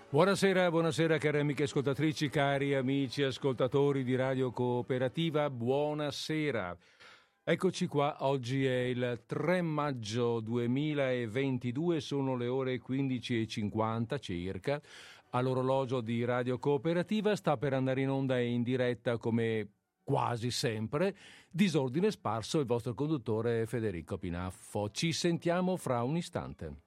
Buonasera, buonasera cari amiche ascoltatrici, cari amici ascoltatori di Radio Cooperativa, buonasera. Eccoci qua, oggi è il 3 maggio 2022, sono le ore 15:50 circa. All'orologio di Radio Cooperativa sta per andare in onda e in diretta come quasi sempre Disordine Sparso, il vostro conduttore Federico Pinaffo. Ci sentiamo fra un istante.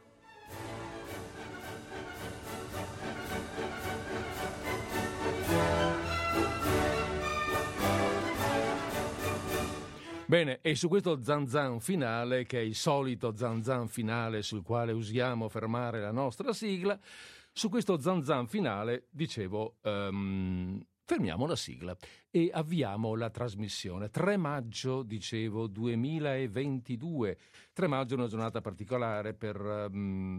Bene, e su questo zanzan finale, che è il solito zanzan finale sul quale usiamo fermare la nostra sigla, su questo zanzan finale, dicevo, fermiamo la sigla e avviamo la trasmissione. 3 maggio, dicevo, 2022. 3 maggio è una giornata particolare per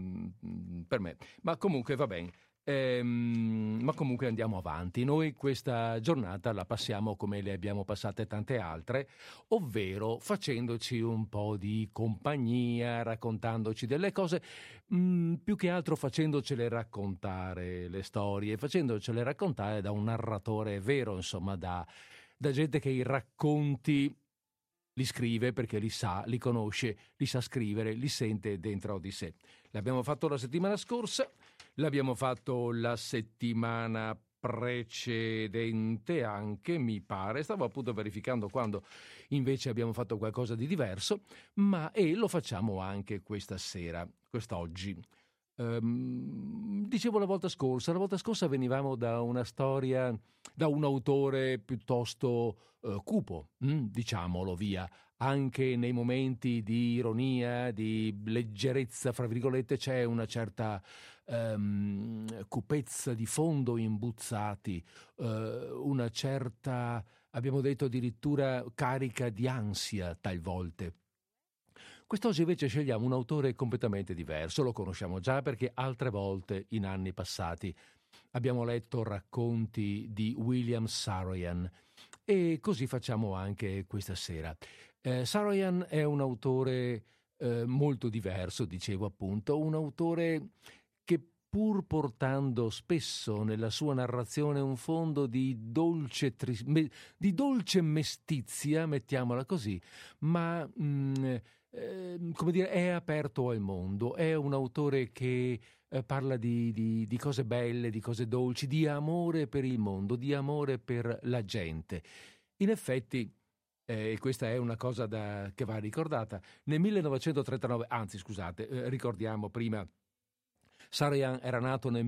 me, ma comunque va bene. Ma comunque andiamo avanti. Noi questa giornata la passiamo come le abbiamo passate tante altre, ovvero facendoci un po' di compagnia, raccontandoci delle cose, più che altro facendocele raccontare le storie, facendocele raccontare da un narratore vero, insomma, da gente che i racconti li scrive perché li sa, li conosce, li sa scrivere, li sente dentro di sé. L'abbiamo fatto la settimana scorsa. L'abbiamo fatto la settimana precedente anche, mi pare. Stavo appunto verificando quando invece abbiamo fatto qualcosa di diverso, e lo facciamo anche questa sera, quest'oggi. Dicevo la volta scorsa venivamo da una storia, da un autore piuttosto cupo, diciamolo via. Anche nei momenti di ironia, di leggerezza, fra virgolette, c'è una certa cupezza di fondo imbuzzati, una certa, abbiamo detto addirittura, carica di ansia talvolte. Quest'oggi invece scegliamo un autore completamente diverso, lo conosciamo già perché altre volte in anni passati abbiamo letto racconti di William Saroyan e così facciamo anche questa sera. Saroyan è un autore molto diverso, dicevo appunto, un autore che pur portando spesso nella sua narrazione un fondo di dolce mestizia, mettiamola così, ma come dire, è aperto al mondo, è un autore che parla di cose belle, di cose dolci, di amore per il mondo, di amore per la gente. In effetti, e questa è una cosa che va ricordata, nel 1939, anzi scusate, ricordiamo prima, Saroyan era nato nel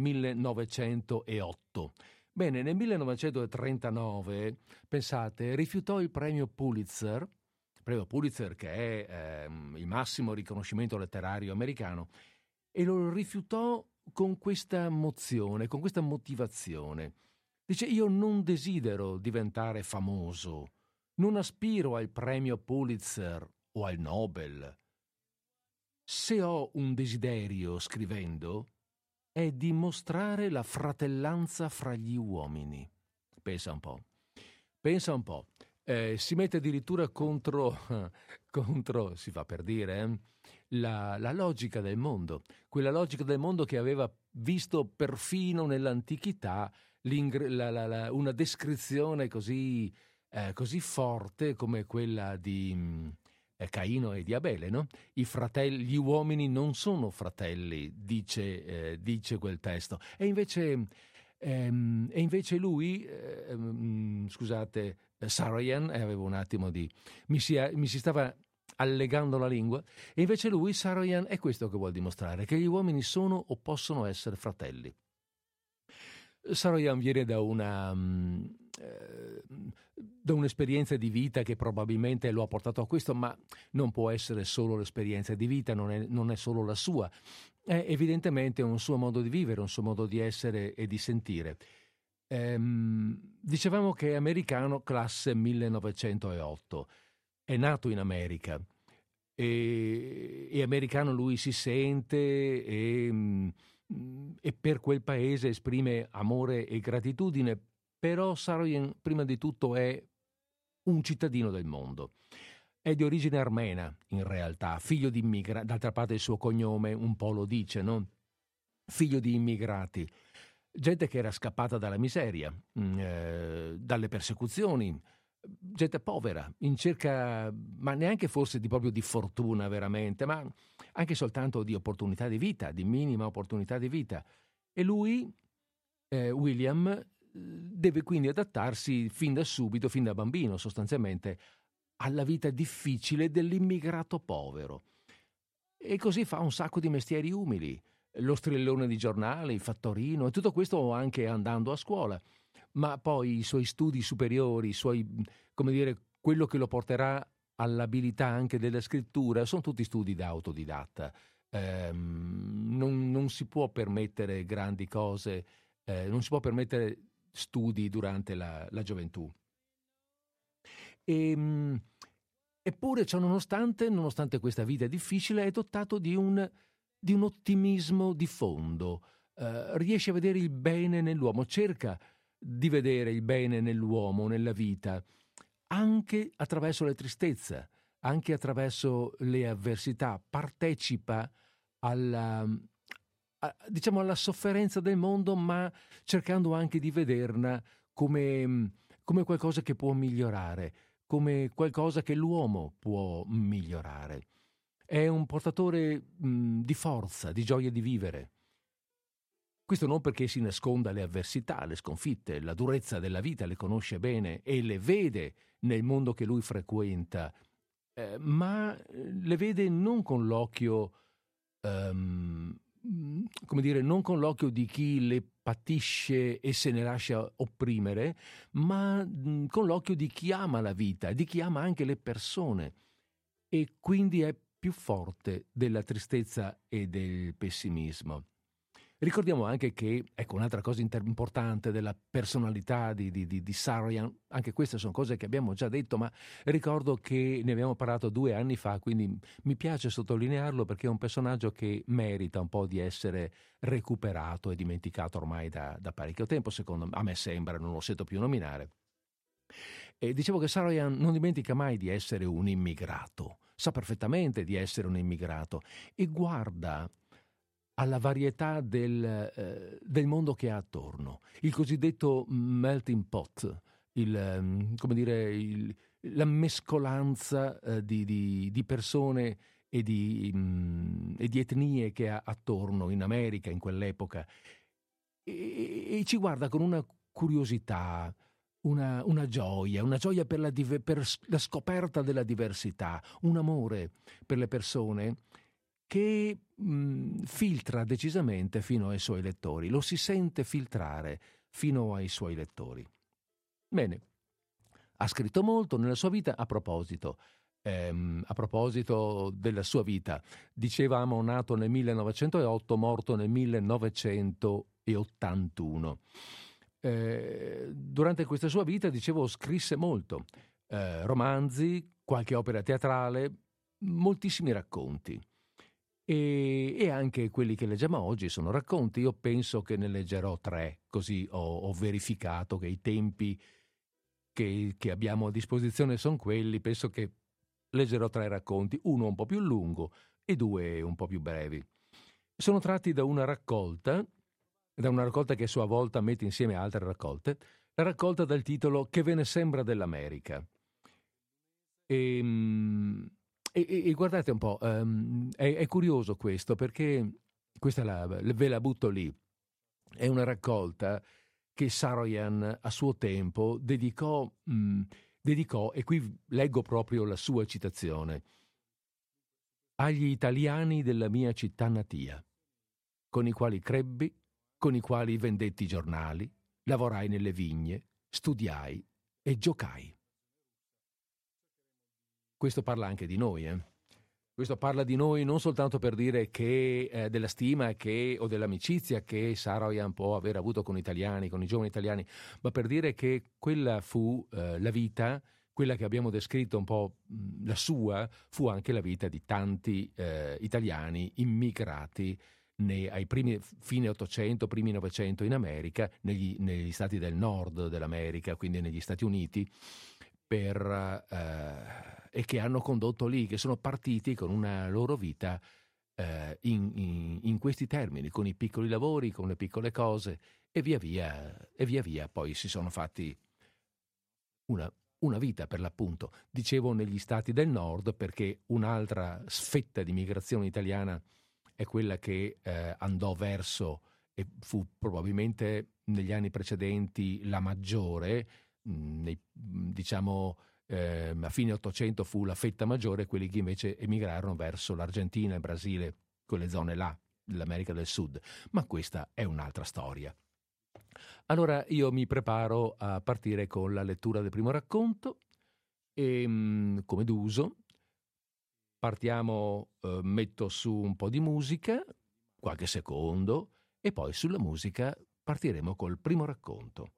1908. Bene, nel 1939, pensate, rifiutò il premio Pulitzer che è il massimo riconoscimento letterario americano, e lo rifiutò con questa mozione, con questa motivazione. Dice: io non desidero diventare famoso, non aspiro al premio Pulitzer o al Nobel. Se ho un desiderio scrivendo, è dimostrare la fratellanza fra gli uomini. Pensa un po'. Si mette addirittura contro, si fa per dire, la logica del mondo, quella logica del mondo che aveva visto perfino nell'antichità una descrizione così forte come quella di Caino e di Abele, no? Gli uomini non sono fratelli, dice quel testo, e invece lui, scusate, Saroyan, avevo un attimo di... mi si stava allegando la lingua, e invece lui, Saroyan, è questo che vuol dimostrare, che gli uomini sono o possono essere fratelli. Saroyan viene da un'esperienza di vita che probabilmente lo ha portato a questo, ma non può essere solo l'esperienza di vita, non è solo la sua, è evidentemente un suo modo di vivere, un suo modo di essere e di sentire. Dicevamo che è americano, classe 1908, è nato in America e americano lui si sente e per quel paese esprime amore e gratitudine, però Saroyan prima di tutto è un cittadino del mondo. È di origine armena, in realtà, figlio di immigrati, d'altra parte il suo cognome un po' lo dice, no? figlio di immigrati, gente che era scappata dalla miseria, dalle persecuzioni, gente povera, in cerca, ma neanche forse proprio di fortuna veramente, ma anche soltanto di opportunità di vita, di minima opportunità di vita. E lui, William, deve quindi adattarsi fin da subito, fin da bambino sostanzialmente, alla vita difficile dell'immigrato povero. E così fa un sacco di mestieri umili, lo strellone di giornale, il fattorino, e tutto questo anche andando a scuola. Ma poi i suoi studi superiori, i suoi, come dire, quello che lo porterà all'abilità anche della scrittura, sono tutti studi da autodidatta. Non si può permettere grandi cose, non si può permettere studi durante la gioventù. Eppure, ciò nonostante questa vita difficile, è dotato di un ottimismo di fondo. Riesce a vedere il bene nell'uomo, cerca di vedere il bene nell'uomo, nella vita, anche attraverso la tristezza, anche attraverso le avversità, partecipa diciamo alla sofferenza del mondo, ma cercando anche di vederla come qualcosa che può migliorare, come qualcosa che l'uomo può migliorare. È un portatore di forza, di gioia di vivere. Questo non perché si nasconda le avversità, le sconfitte, la durezza della vita, le conosce bene e le vede nel mondo che lui frequenta, ma le vede non con l'occhio, come dire, non con l'occhio di chi le patisce e se ne lascia opprimere, ma con l'occhio di chi ama la vita, di chi ama anche le persone, e quindi è più forte della tristezza e del pessimismo. Ricordiamo anche che, ecco, un'altra cosa importante della personalità di Saroyan, anche queste sono cose che abbiamo già detto, ma ricordo che ne abbiamo parlato 2 anni fa, quindi mi piace sottolinearlo perché è un personaggio che merita un po' di essere recuperato e dimenticato ormai da parecchio tempo, secondo me, a me sembra, non lo sento più nominare. E dicevo che Saroyan non dimentica mai di essere un immigrato, sa perfettamente di essere un immigrato e guarda alla varietà del mondo che ha attorno, il cosiddetto melting pot, come dire, la mescolanza di persone e di etnie che ha attorno in America in quell'epoca, e ci guarda con una curiosità, una gioia per per la scoperta della diversità, un amore per le persone che filtra decisamente fino ai suoi lettori, lo si sente filtrare fino ai suoi lettori. Bene, ha scritto molto nella sua vita. A proposito della sua vita, dicevamo nato nel 1908, morto nel 1981. Durante questa sua vita, dicevo, scrisse molto, romanzi, qualche opera teatrale, moltissimi racconti. E anche quelli che leggiamo oggi sono racconti. Io penso che ne leggerò 3, così ho verificato che i tempi che abbiamo a disposizione sono quelli. Penso che leggerò 3 racconti, uno un po' più lungo e 2 un po' più brevi. Sono tratti da una raccolta che a sua volta mette insieme altre raccolte, la raccolta dal titolo Che ve ne sembra dell'America. E guardate un po', è curioso questo, perché questa ve la butto lì. È una raccolta che Saroyan a suo tempo dedicò, e qui leggo proprio la sua citazione, agli italiani della mia città natia, con i quali crebbi, con i quali vendetti i giornali, lavorai nelle vigne, studiai e giocai. Questo parla anche di noi, Questo parla di noi non soltanto per dire che della stima o dell'amicizia che Saroyan può aver avuto con italiani, con i giovani italiani, ma per dire che quella fu la vita, quella che abbiamo descritto un po' la sua, fu anche la vita di tanti italiani immigrati ai primi fine 800, primi 900 in America, negli stati del nord dell'America, quindi negli Stati Uniti, e che hanno condotto lì, che sono partiti con una loro vita in questi termini, con i piccoli lavori, con le piccole cose, e via via poi si sono fatti una vita, per l'appunto. Dicevo negli stati del nord, perché un'altra sfetta di migrazione italiana è quella che andò verso, e fu probabilmente negli anni precedenti la maggiore, diciamo a fine Ottocento fu la fetta maggiore, quelli che invece emigrarono verso l'Argentina, il Brasile, quelle zone là, dell'America del Sud. Ma questa è un'altra storia. Allora io mi preparo a partire con la lettura del primo racconto e, come d'uso, partiamo, metto su un po' di musica, qualche secondo, e poi sulla musica partiremo col primo racconto.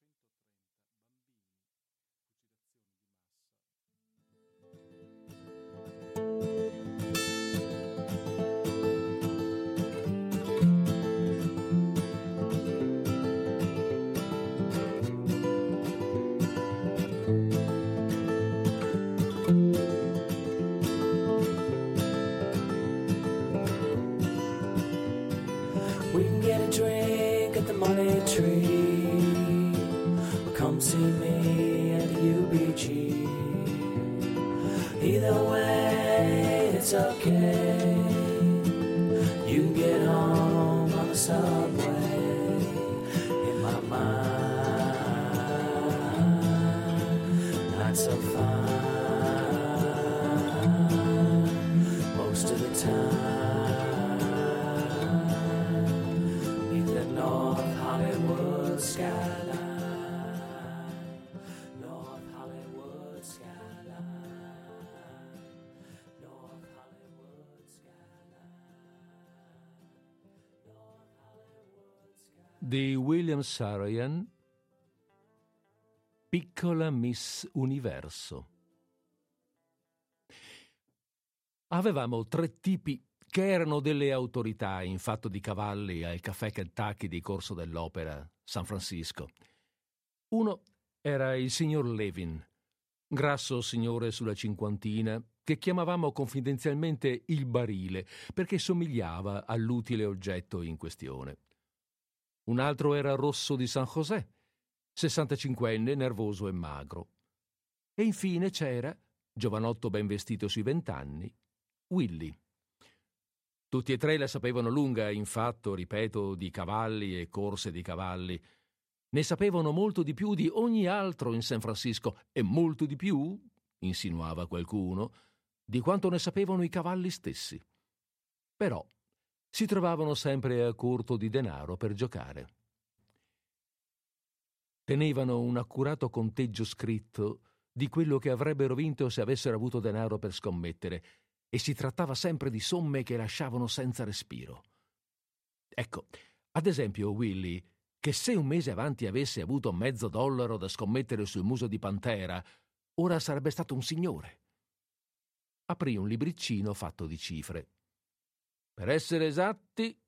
We can get a drink at the Money Tree, or come see me at the UBG. Either way, it's okay. You can get home on the subway. In my mind, not so fine most of the time. North Hollywood skyline, North Hollywood skyline, North Hollywood skyline, North Hollywood skyline. Di William Saroyan, Piccola Miss Universo. Avevamo 3 tipi che erano delle autorità in fatto di cavalli al caffè Kentucky di Corso dell'Opera, San Francisco. Uno era il signor Levin, grasso signore sulla cinquantina, che chiamavamo confidenzialmente il barile, perché somigliava all'utile oggetto in questione. Un altro era Rosso di San José, 65enne, nervoso e magro. E infine c'era, giovanotto ben vestito sui 20 anni, Willy. Tutti e 3 la sapevano lunga, in fatto, ripeto, di cavalli e corse di cavalli. Ne sapevano molto di più di ogni altro in San Francisco, e molto di più, insinuava qualcuno, di quanto ne sapevano i cavalli stessi. Però si trovavano sempre a corto di denaro per giocare. Tenevano un accurato conteggio scritto di quello che avrebbero vinto se avessero avuto denaro per scommettere, e si trattava sempre di somme che lasciavano senza respiro. Ecco, ad esempio Willy, che se un mese avanti avesse avuto $50 da scommettere sul muso di Pantera, ora sarebbe stato un signore. Aprì un libriccino fatto di cifre. Per essere esatti,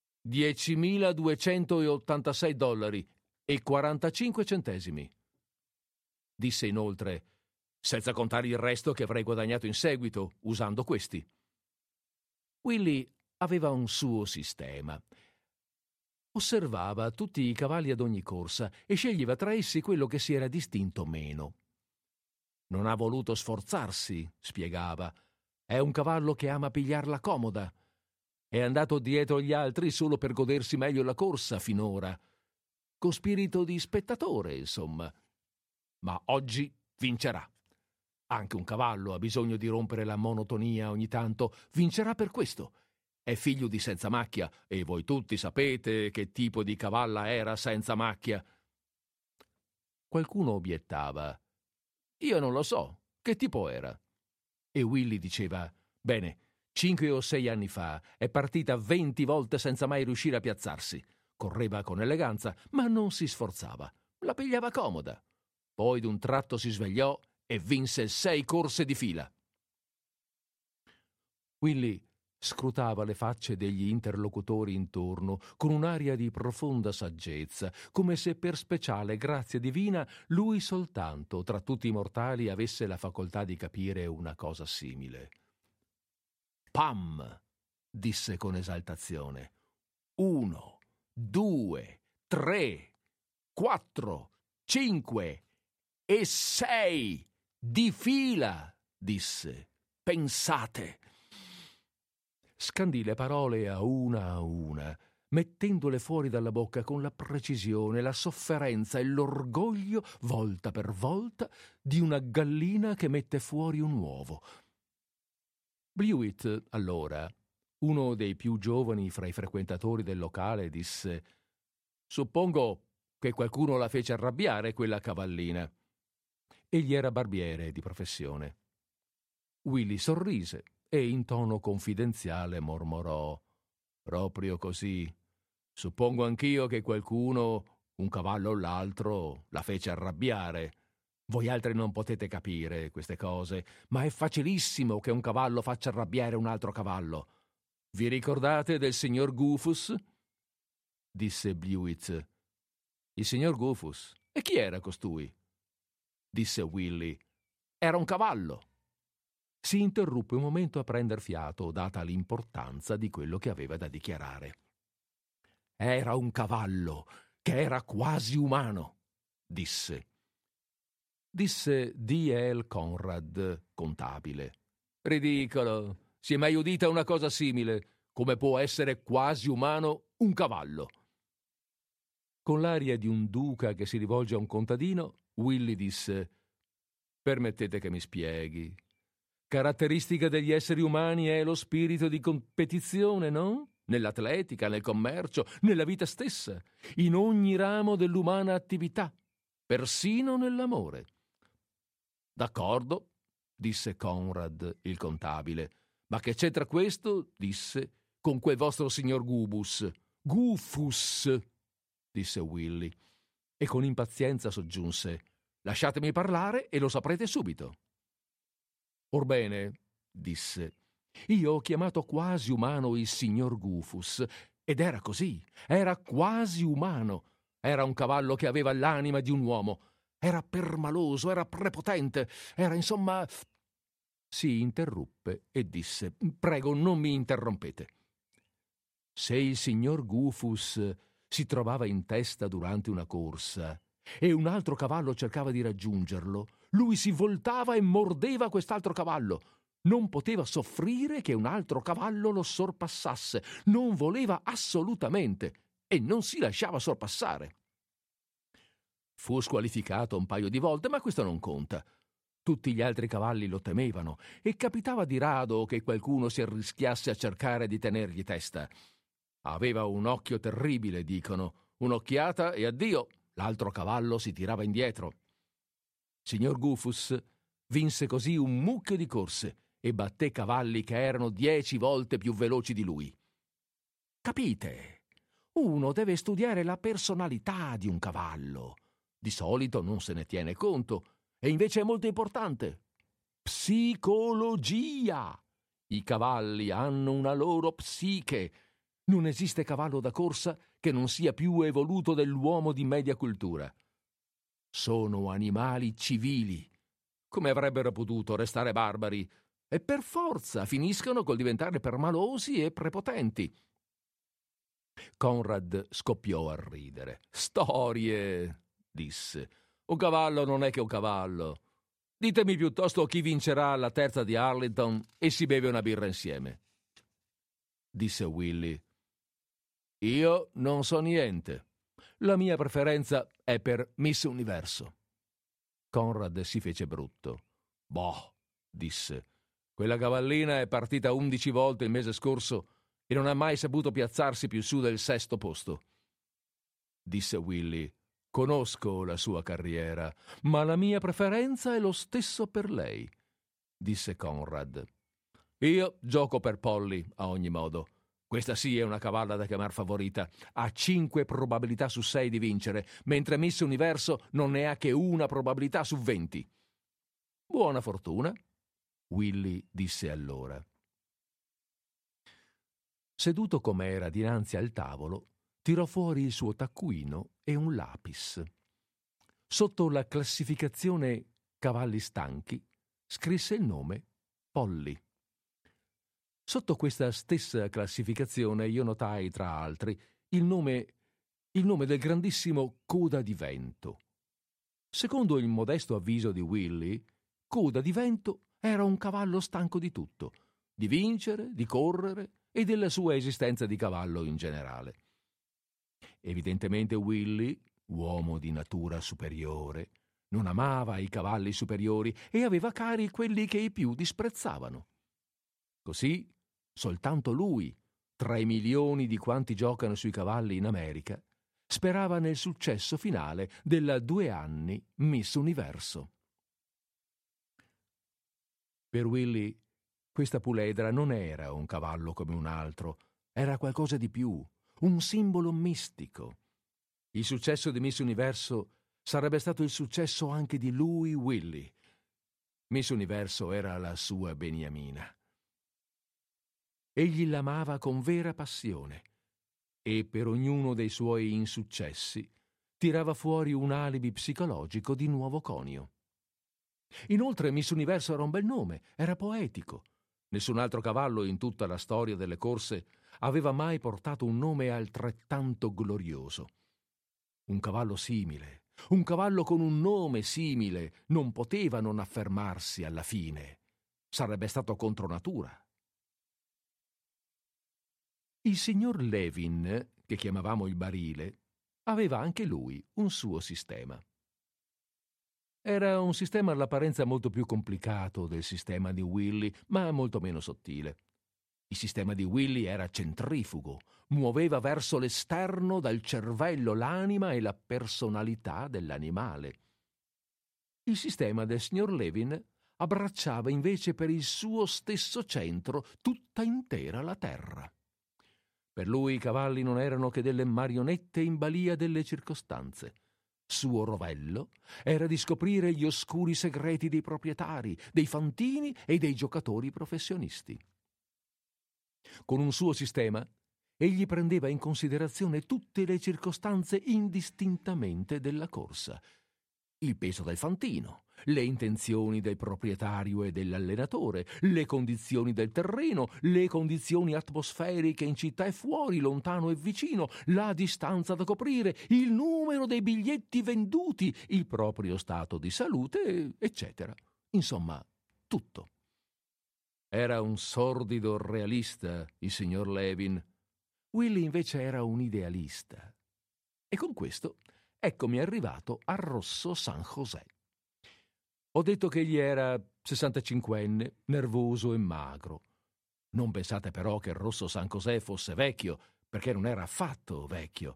$10.286,45. Disse inoltre: senza contare il resto che avrei guadagnato in seguito usando questi. Willy aveva un suo sistema. Osservava tutti i cavalli ad ogni corsa e sceglieva tra essi quello che si era distinto meno. Non ha voluto sforzarsi, spiegava. È un cavallo che ama pigliarla comoda. È andato dietro gli altri solo per godersi meglio la corsa finora. Con spirito di spettatore, insomma. Ma oggi vincerà. Anche un cavallo ha bisogno di rompere la monotonia ogni tanto. Vincerà per questo. È figlio di Senza Macchia, e voi tutti sapete che tipo di cavalla era Senza Macchia. Qualcuno obiettava: io non lo so, che tipo era? E Willy diceva: bene, 5 o 6 anni fa è partita 20 volte senza mai riuscire a piazzarsi. Correva con eleganza, ma non si sforzava. La pigliava comoda. Poi d'un tratto si svegliò e vinse 6 corse di fila. Willy scrutava le facce degli interlocutori intorno con un'aria di profonda saggezza, come se per speciale grazia divina lui soltanto tra tutti i mortali avesse la facoltà di capire una cosa simile. Pam! disse con esaltazione. 1, 2, 3, 4, 5 e 6 di fila, disse. Pensate. Scandì le parole a una, mettendole fuori dalla bocca con la precisione, la sofferenza e l'orgoglio, volta per volta, di una gallina che mette fuori un uovo. Blewett, allora, uno dei più giovani fra i frequentatori del locale, disse: «Suppongo che qualcuno la fece arrabbiare, quella cavallina». Egli era barbiere di professione. Willy sorrise e in tono confidenziale mormorò: «Proprio così. Suppongo anch'io che qualcuno, un cavallo o l'altro, la fece arrabbiare. Voi altri non potete capire queste cose, ma è facilissimo che un cavallo faccia arrabbiare un altro cavallo. Vi ricordate del signor Goofus?» disse Blewett. «Il signor Goofus? E chi era costui?» disse Willy. «Era un cavallo». Si interruppe un momento a prender fiato, data l'importanza di quello che aveva da dichiarare. «Era un cavallo che era quasi umano», disse. Disse D.L. Conrad, contabile. «Ridicolo! Si è mai udita una cosa simile? Come può essere quasi umano un cavallo?» Con l'aria di un duca che si rivolge a un contadino, Willy disse: «Permettete che mi spieghi. Caratteristica degli esseri umani è lo spirito di competizione, no? Nell'atletica, nel commercio, nella vita stessa, in ogni ramo dell'umana attività, persino nell'amore». «D'accordo», disse Conrad, il contabile. «Ma che c'entra questo?» disse, «con quel vostro signor Goofus», disse Willy, e con impazienza soggiunse: «Lasciatemi parlare e lo saprete subito». «Orbene», disse, «io ho chiamato quasi umano il signor Goofus, ed era così, era quasi umano. Era un cavallo che aveva l'anima di un uomo. Era permaloso, era prepotente, era insomma...» Si interruppe e disse: «Prego, non mi interrompete. Se il signor Goofus si trovava in testa durante una corsa e un altro cavallo cercava di raggiungerlo, lui si voltava e mordeva quest'altro cavallo. Non poteva soffrire che un altro cavallo lo sorpassasse, non voleva assolutamente e non si lasciava sorpassare. Fu squalificato un paio di volte, ma questo non conta. Tutti gli altri cavalli lo temevano e capitava di rado che qualcuno si arrischiasse a cercare di tenergli testa. Aveva un occhio terribile, dicono. Un'occhiata e addio, l'altro cavallo si tirava indietro. Signor Goofus vinse così un mucchio di corse e batté cavalli che erano 10 volte più veloci di lui. Capite? Uno deve studiare la personalità di un cavallo. Di solito non se ne tiene conto, e invece è molto importante. Psicologia! I cavalli hanno una loro psiche. Non esiste cavallo da corsa che non sia più evoluto dell'uomo di media cultura. Sono animali civili. Come avrebbero potuto restare barbari? E per forza finiscono col diventare permalosi e prepotenti. Conrad scoppiò a ridere. «Storie!» disse. «Un cavallo non è che un cavallo. Ditemi piuttosto chi vincerà alla terza di Arlington e si beve una birra insieme». Disse Willy. «Io non so niente. La mia preferenza è per Miss Universo». Conrad si fece brutto. «Boh», disse, «quella cavallina è partita 11 volte il mese scorso e non ha mai saputo piazzarsi più su del 6° posto». Disse Willy. «Conosco la sua carriera, ma la mia preferenza è lo stesso per lei», disse Conrad. «Io gioco per Polly, a ogni modo. Questa sì è una cavalla da chiamar favorita. Ha 5 probabilità su 6 di vincere, mentre Miss Universo non ne ha che 1 probabilità su 20. Buona fortuna», Willy disse allora. Seduto com'era dinanzi al tavolo, tirò fuori il suo taccuino e un lapis. Sotto la classificazione cavalli stanchi scrisse il nome Polly. Sotto questa stessa classificazione io notai, tra altri, il nome del grandissimo Coda di Vento. Secondo il modesto avviso di Willy, Coda di Vento era un cavallo stanco di tutto, di vincere, di correre e della sua esistenza di cavallo in generale. Evidentemente Willy, uomo di natura superiore, non amava i cavalli superiori e aveva cari quelli che i più disprezzavano. Così, soltanto lui, tra i milioni di quanti giocano sui cavalli in America, sperava nel successo finale della 2 anni Miss Universo. Per Willy, questa puledra non era un cavallo come un altro, era qualcosa di più, un simbolo mistico. Il successo di Miss Universo sarebbe stato il successo anche di lui, Willy. Miss Universo era la sua beniamina. Egli l'amava con vera passione e per ognuno dei suoi insuccessi tirava fuori un alibi psicologico di nuovo conio. Inoltre Miss Universo era un bel nome, era poetico. Nessun altro cavallo in tutta la storia delle corse aveva mai portato un nome altrettanto glorioso. Un cavallo simile, un cavallo con un nome simile, non poteva non affermarsi alla fine. Sarebbe stato contro natura. Il signor Levin, che chiamavamo il Barile, aveva anche lui un suo sistema. Era un sistema all'apparenza molto più complicato del sistema di Willy, ma molto meno sottile. Il sistema di Willy era centrifugo, muoveva verso l'esterno dal cervello l'anima e la personalità dell'animale. Il sistema del signor Levin abbracciava invece per il suo stesso centro tutta intera la terra. Per lui i cavalli non erano che delle marionette in balia delle circostanze. Suo rovello era di scoprire gli oscuri segreti dei proprietari, dei fantini e dei giocatori professionisti. Con un suo sistema, egli prendeva in considerazione tutte le circostanze indistintamente della corsa. Il peso del fantino, le intenzioni del proprietario e dell'allenatore, le condizioni del terreno, le condizioni atmosferiche in città e fuori, lontano e vicino, la distanza da coprire, il numero dei biglietti venduti, il proprio stato di salute, eccetera. Insomma, tutto. Era un sordido realista, il signor Levin. Willy invece era un idealista. E con questo eccomi arrivato a Rosso San José. Ho detto che egli era 65enne, nervoso e magro. Non pensate però che Rosso San José fosse vecchio, perché non era affatto vecchio.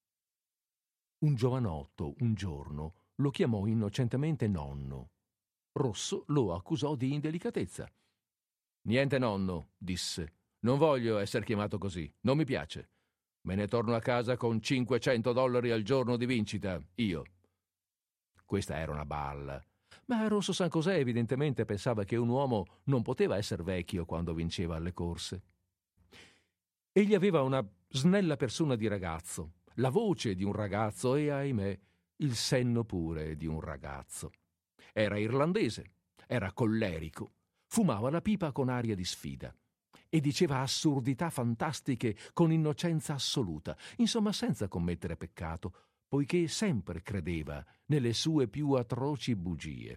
Un giovanotto, un giorno, lo chiamò innocentemente nonno. Rosso lo accusò di indelicatezza. «Niente nonno», disse. «Non voglio essere chiamato così, non mi piace. Me ne torno a casa con $500 al giorno di vincita, io». Questa era una balla, ma Rosso San José evidentemente pensava che un uomo non poteva essere vecchio quando vinceva alle corse. Egli aveva una snella persona di ragazzo, la voce di un ragazzo e, ahimè, il senno pure di un ragazzo. Era irlandese, era collerico, fumava la pipa con aria di sfida e diceva assurdità fantastiche con innocenza assoluta, insomma senza commettere peccato, poiché sempre credeva nelle sue più atroci bugie.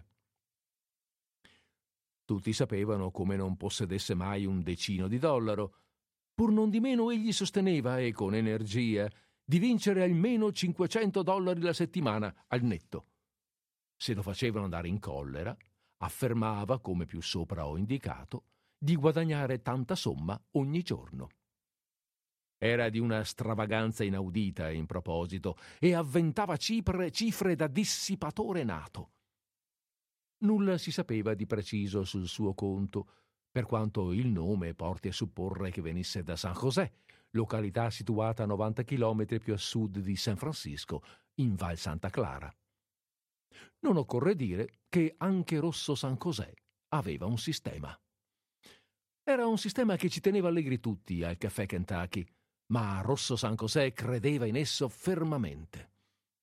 Tutti sapevano come non possedesse mai un $10, pur non di meno egli sosteneva, e con energia, di vincere almeno $500 la settimana al netto. Se lo facevano andare in collera, affermava, come più sopra ho indicato, di guadagnare tanta somma ogni giorno. Era di una stravaganza inaudita in proposito e avventava cifre da dissipatore nato. Nulla si sapeva di preciso sul suo conto, per quanto il nome porti a supporre che venisse da San José, località situata a 90 chilometri più a sud di San Francisco, in Val Santa Clara. Non occorre dire che anche Rosso San José aveva un sistema. Era un sistema che ci teneva allegri tutti al caffè Kentucky, ma Rosso San José credeva in esso fermamente.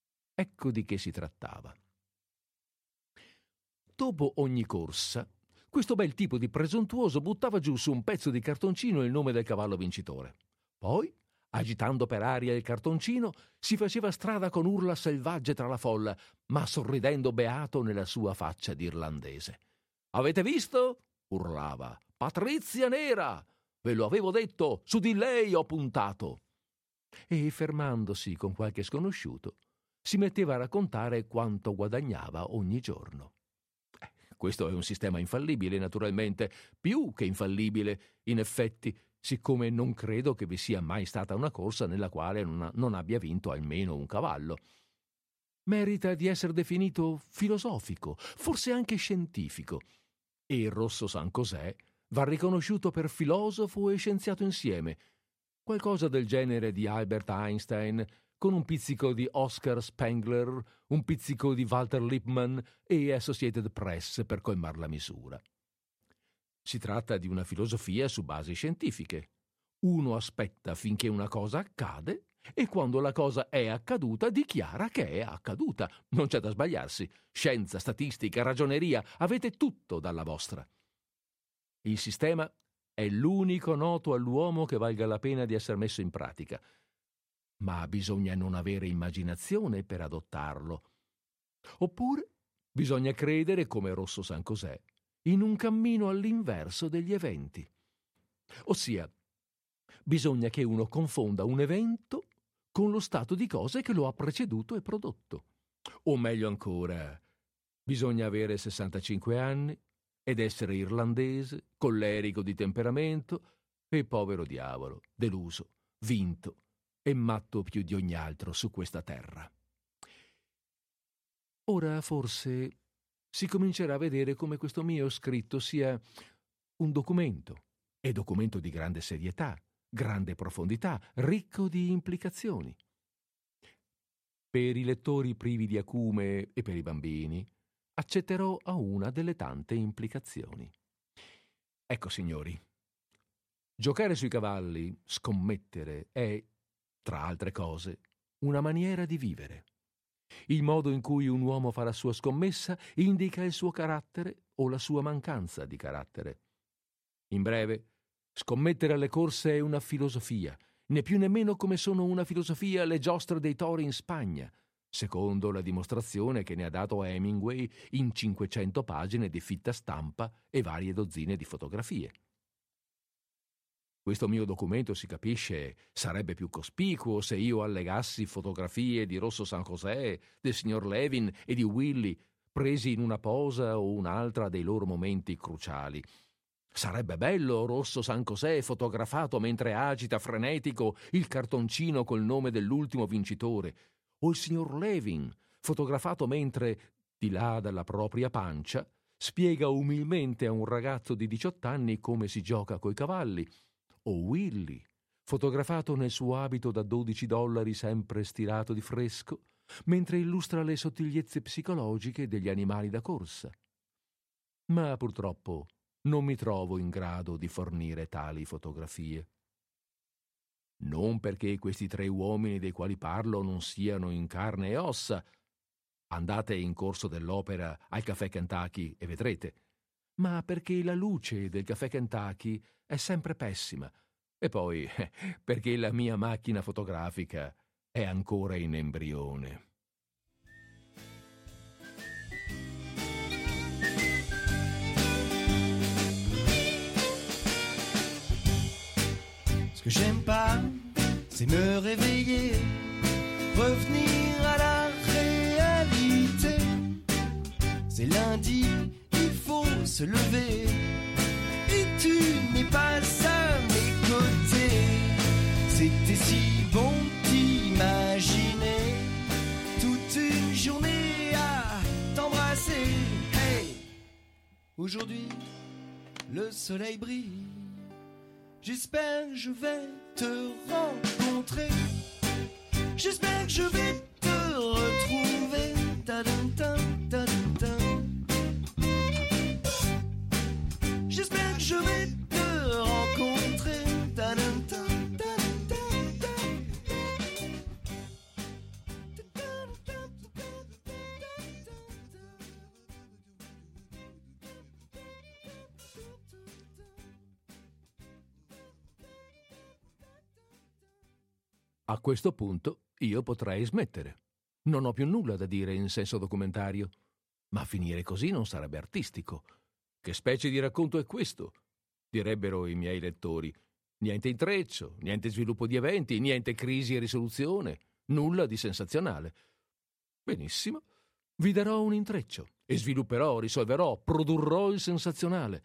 Ecco di che si trattava. Dopo ogni corsa, questo bel tipo di presuntuoso buttava giù su un pezzo di cartoncino il nome del cavallo vincitore. Poi, agitando per aria il cartoncino, si faceva strada con urla selvagge tra la folla, ma sorridendo beato nella sua faccia d'irlandese. «Avete visto?» urlava. «Patrizia Nera! Ve lo avevo detto, su di lei ho puntato!» E, fermandosi con qualche sconosciuto, si metteva a raccontare quanto guadagnava ogni giorno. Questo è un sistema infallibile, naturalmente, più che infallibile, in effetti, siccome non credo che vi sia mai stata una corsa nella quale non abbia vinto almeno un cavallo. Merita di essere definito filosofico, forse anche scientifico, e il Rosso San José va riconosciuto per filosofo e scienziato insieme, qualcosa del genere di Albert Einstein, con un pizzico di Oscar Spengler, un pizzico di Walter Lippmann e Associated Press per colmar la misura. Si tratta di una filosofia su basi scientifiche. Uno aspetta finché una cosa accade e quando la cosa è accaduta dichiara che è accaduta. Non c'è da sbagliarsi. Scienza, statistica, ragioneria, avete tutto dalla vostra. Il sistema è l'unico noto all'uomo che valga la pena di essere messo in pratica. Ma bisogna non avere immaginazione per adottarlo. Oppure bisogna credere, come Rosso San José, in un cammino all'inverso degli eventi. Ossia, bisogna che uno confonda un evento con lo stato di cose che lo ha preceduto e prodotto. O meglio ancora, bisogna avere 65 anni ed essere irlandese, collerico di temperamento e povero diavolo, deluso, vinto e matto più di ogni altro su questa terra. Ora forse si comincerà a vedere come questo mio scritto sia un documento, e documento di grande serietà, grande profondità, ricco di implicazioni. Per i lettori privi di acume e per i bambini accetterò a una delle tante implicazioni. Ecco, signori, giocare sui cavalli, scommettere, è, tra altre cose, una maniera di vivere. Il modo in cui un uomo fa la sua scommessa indica il suo carattere o la sua mancanza di carattere. In breve, scommettere alle corse è una filosofia, né più né meno come sono una filosofia le giostre dei tori in Spagna, secondo la dimostrazione che ne ha dato Hemingway in 500 pagine di fitta stampa e varie dozzine di fotografie. Questo mio documento, si capisce, sarebbe più cospicuo se io allegassi fotografie di Rosso San José, del signor Levin e di Willy, presi in una posa o un'altra dei loro momenti cruciali. Sarebbe bello Rosso San José fotografato mentre agita frenetico il cartoncino col nome dell'ultimo vincitore, o il signor Levin fotografato mentre, di là dalla propria pancia, spiega umilmente a un ragazzo di 18 anni come si gioca coi cavalli, o Willy, fotografato nel suo abito da $12 sempre stirato di fresco, mentre illustra le sottigliezze psicologiche degli animali da corsa. Ma purtroppo non mi trovo in grado di fornire tali fotografie. Non perché questi 3 uomini dei quali parlo non siano in carne e ossa. Andate in corso dell'opera al Caffè Kentucky e vedrete. Ma perché la luce del Caffè Kentucky è sempre pessima, e poi perché la mia macchina fotografica è ancora in embrione. Ce que j'aime pas, c'est me réveiller, revenir à la réalité. C'est lundi, il faut se lever, et tu n'es pas à mes côtés. C'était si bon d'imaginer toute une journée à t'embrasser. Hey, aujourd'hui, le soleil brille. J'espère que je vais te rencontrer. J'espère que je vais te retrouver. Ta-dum-tam, ta-dum-tam. J'espère que je vais te rencontrer. Ta-dum-tam, ta-dum-tam. A questo punto io potrei smettere. Non ho più nulla da dire in senso documentario. Ma finire così non sarebbe artistico. Che specie di racconto è questo? Direbbero i miei lettori. Niente intreccio, niente sviluppo di eventi, niente crisi e risoluzione, nulla di sensazionale. Benissimo, vi darò un intreccio e svilupperò, risolverò, produrrò il sensazionale.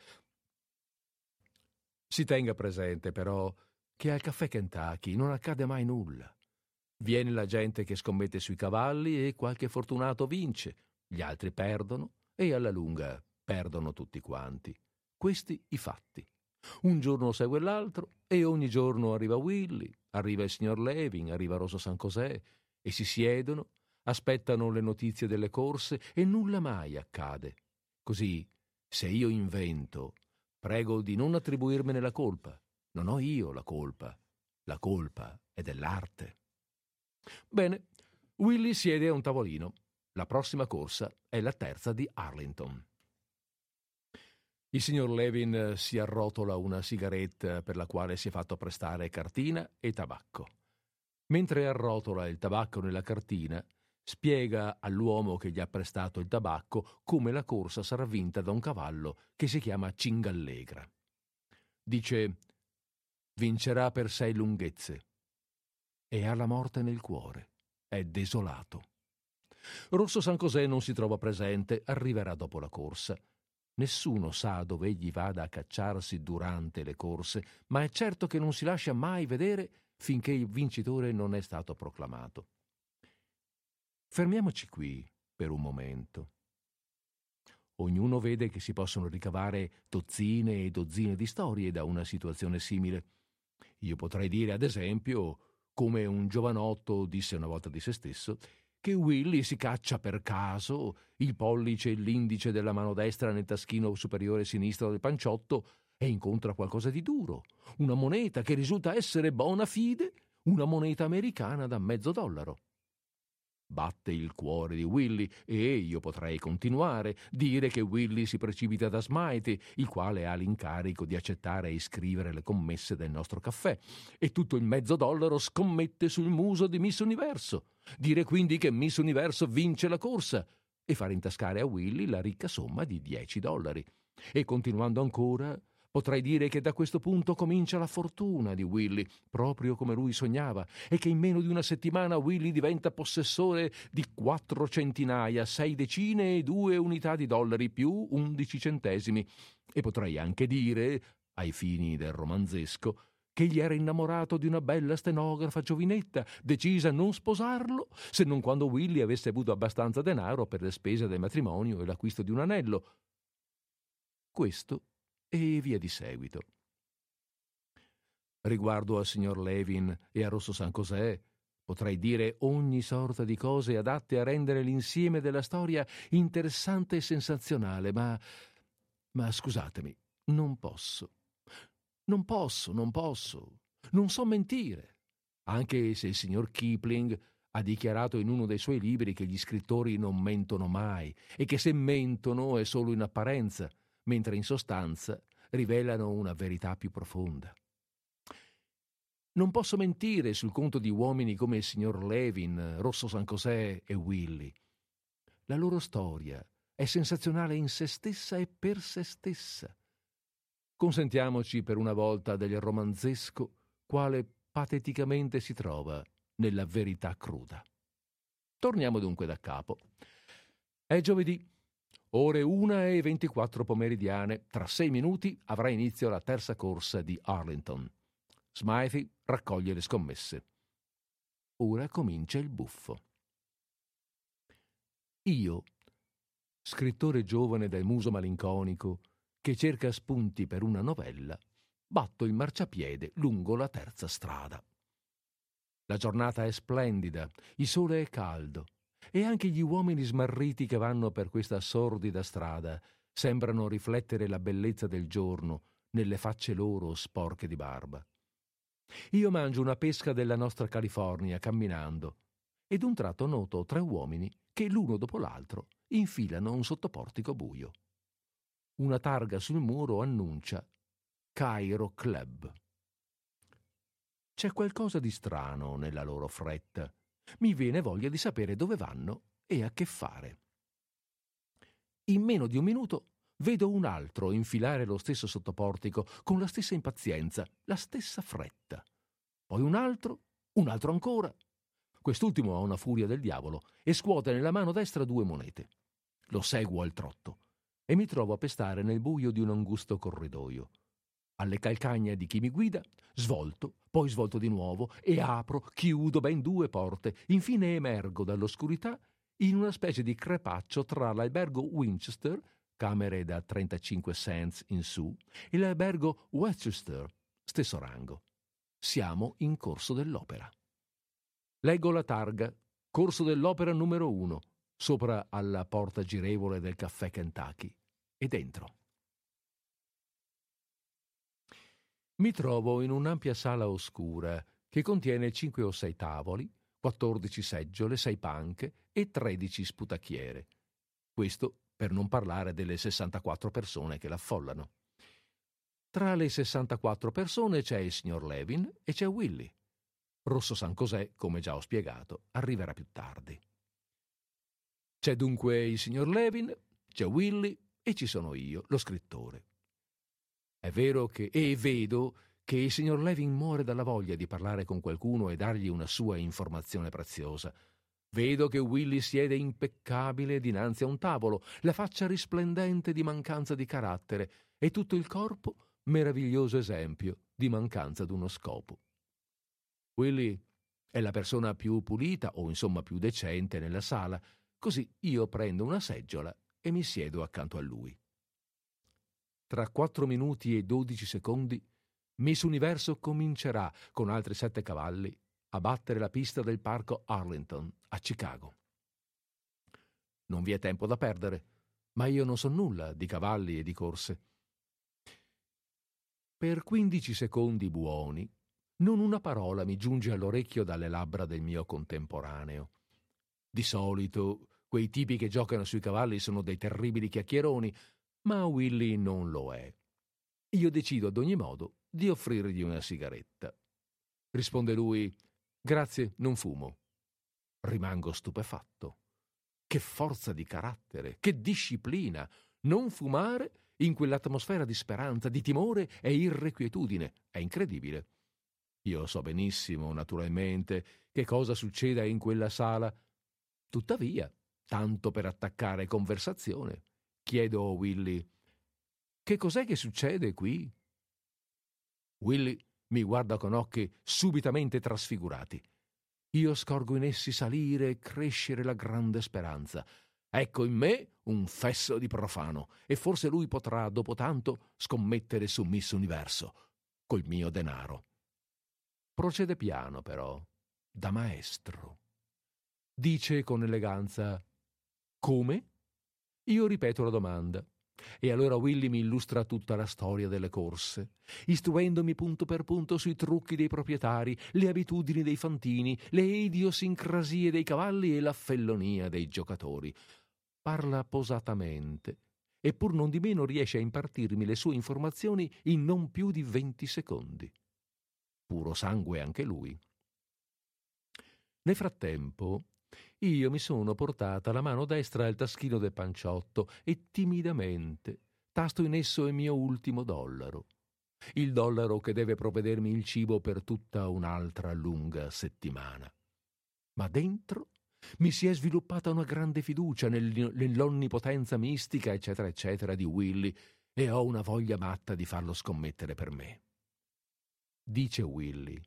Si tenga presente, però, che al caffè Kentucky non accade mai nulla. Viene la gente che scommette sui cavalli e qualche fortunato vince, gli altri perdono e alla lunga perdono tutti quanti. Questi i fatti. Un giorno segue l'altro e ogni giorno arriva Willy, arriva il signor Levin, arriva Rosso San José e si siedono, aspettano le notizie delle corse e nulla mai accade. Così, se io invento, prego di non attribuirmene la colpa. Non ho io la colpa è dell'arte. Bene, Willy siede a un tavolino. La prossima corsa è la terza di Arlington. Il signor Levin si arrotola una sigaretta per la quale si è fatto prestare cartina e tabacco. Mentre arrotola il tabacco nella cartina, spiega all'uomo che gli ha prestato il tabacco come la corsa sarà vinta da un cavallo che si chiama Cingallegra. Dice: vincerà per 6 lunghezze. E ha la morte nel cuore. È desolato. Rosso San José non si trova presente, arriverà dopo la corsa. Nessuno sa dove egli vada a cacciarsi durante le corse, ma è certo che non si lascia mai vedere finché il vincitore non è stato proclamato. Fermiamoci qui per un momento. Ognuno vede che si possono ricavare dozzine e dozzine di storie da una situazione simile. Io potrei dire, ad esempio, come un giovanotto disse una volta di se stesso, che Willy si caccia per caso il pollice e l'indice della mano destra nel taschino superiore sinistro del panciotto e incontra qualcosa di duro, una moneta che risulta essere bona fide, una moneta americana da $0,50. Batte il cuore di Willy e io potrei continuare, dire che Willy si precipita da Smythe, il quale ha l'incarico di accettare e iscrivere le commesse del nostro caffè, e tutto il $0,50 scommette sul muso di Miss Universo. Dire quindi che Miss Universo vince la corsa e far intascare a Willy la ricca somma di $10. E continuando ancora, potrei dire che da questo punto comincia la fortuna di Willy, proprio come lui sognava, e che in meno di una settimana Willy diventa possessore di 4 centinaia, 6 decine e 2 unità di dollari più 11 centesimi. E potrei anche dire, ai fini del romanzesco, che egli era innamorato di una bella stenografa giovinetta, decisa a non sposarlo, se non quando Willy avesse avuto abbastanza denaro per le spese del matrimonio e l'acquisto di un anello. Questo e via di seguito. Riguardo al signor Levin e a Rosso San José, potrei dire ogni sorta di cose adatte a rendere l'insieme della storia interessante e sensazionale, ma scusatemi, non posso. Non so mentire. Anche se il signor Kipling ha dichiarato in uno dei suoi libri che gli scrittori non mentono mai e che se mentono è solo in apparenza, mentre in sostanza rivelano una verità più profonda. Non posso mentire sul conto di uomini come il signor Levin, Rosso San José e Willy. La loro storia è sensazionale in se stessa e per se stessa. Consentiamoci per una volta del romanzesco quale pateticamente si trova nella verità cruda. Torniamo dunque da capo. È giovedì. Ore 1:24 pomeridiane, tra 6 minuti avrà inizio la terza corsa di Arlington. Smythe raccoglie le scommesse. Ora comincia il buffo. Io, scrittore giovane dal muso malinconico, che cerca spunti per una novella, batto il marciapiede lungo la terza strada. La giornata è splendida, il sole è caldo, e anche gli uomini smarriti che vanno per questa sordida strada sembrano riflettere la bellezza del giorno nelle facce loro sporche di barba. Io mangio una pesca della nostra California camminando, e d'un tratto noto 3 uomini che l'uno dopo l'altro infilano un sottoportico buio. Una targa sul muro annuncia Cairo Club. C'è qualcosa di strano nella loro fretta. Mi viene voglia di sapere dove vanno e a che fare. In meno di un minuto vedo un altro infilare lo stesso sottoportico con la stessa impazienza, la stessa fretta. Poi un altro ancora. Quest'ultimo ha una furia del diavolo e scuote nella mano destra 2 monete. Lo seguo al trotto e mi trovo a pestare nel buio di un angusto corridoio. Alle calcagna di chi mi guida, svolto, poi svolto di nuovo e apro, chiudo ben 2 porte. Infine emergo dall'oscurità in una specie di crepaccio tra l'albergo Winchester, camere da 35 cents in su, e l'albergo Westchester, stesso rango. Siamo in Corso dell'Opera. Leggo la targa, Corso dell'Opera numero 1, sopra alla porta girevole del caffè Kentucky, ed entro. Mi trovo in un'ampia sala oscura che contiene 5 o 6 tavoli, 14 seggiole, 6 panche e 13 sputacchiere. Questo per non parlare delle 64 persone che l'affollano. Tra le 64 persone c'è il signor Levin e c'è Willy. Rosso San Cosè, come già ho spiegato, arriverà più tardi. C'è dunque il signor Levin, c'è Willy e ci sono io, lo scrittore. È vero che, e vedo che il signor Levin muore dalla voglia di parlare con qualcuno e dargli una sua informazione preziosa. Vedo che Willy siede impeccabile dinanzi a un tavolo, la faccia risplendente di mancanza di carattere e tutto il corpo meraviglioso esempio di mancanza d'uno scopo. Willy è la persona più pulita o insomma più decente nella sala, così io prendo una seggiola e mi siedo accanto a lui. Tra 4 minuti e 12 secondi Miss Universo comincerà con altri 7 cavalli a battere la pista del parco Arlington a Chicago. Non vi è tempo da perdere, ma io non so nulla di cavalli e di corse. Per 15 secondi buoni, non una parola mi giunge all'orecchio dalle labbra del mio contemporaneo. Di solito, quei tipi che giocano sui cavalli sono dei terribili chiacchieroni, ma Willy non lo è. Io decido ad ogni modo di offrirgli una sigaretta. Risponde lui: «Grazie, non fumo». Rimango stupefatto. Che forza di carattere, che disciplina! Non fumare in quell'atmosfera di speranza, di timore e irrequietudine. È incredibile. Io so benissimo, naturalmente, che cosa succeda in quella sala. Tuttavia, tanto per attaccare conversazione, chiedo a Willy: «Che cos'è che succede qui?» Willy mi guarda con occhi subitamente trasfigurati. Io scorgo in essi salire e crescere la grande speranza. Ecco in me un fesso di profano, e forse lui potrà, dopo tanto, scommettere su Miss Universo, col mio denaro. Procede piano, però, da maestro. Dice con eleganza: «Come?» Io ripeto la domanda. E allora Willy mi illustra tutta la storia delle corse, istruendomi punto per punto sui trucchi dei proprietari, le abitudini dei fantini, le idiosincrasie dei cavalli e la fellonia dei giocatori. Parla posatamente, e pur non di meno riesce a impartirmi le sue informazioni in non più di 20 secondi. Puro sangue anche lui. Nel frattempo io mi sono portata la mano destra al taschino del panciotto e timidamente tasto in esso il mio ultimo dollaro. Il dollaro che deve provvedermi il cibo per tutta un'altra lunga settimana. Ma dentro mi si è sviluppata una grande fiducia nell'onnipotenza mistica, eccetera, eccetera, di Willy, e ho una voglia matta di farlo scommettere per me. Dice Willy: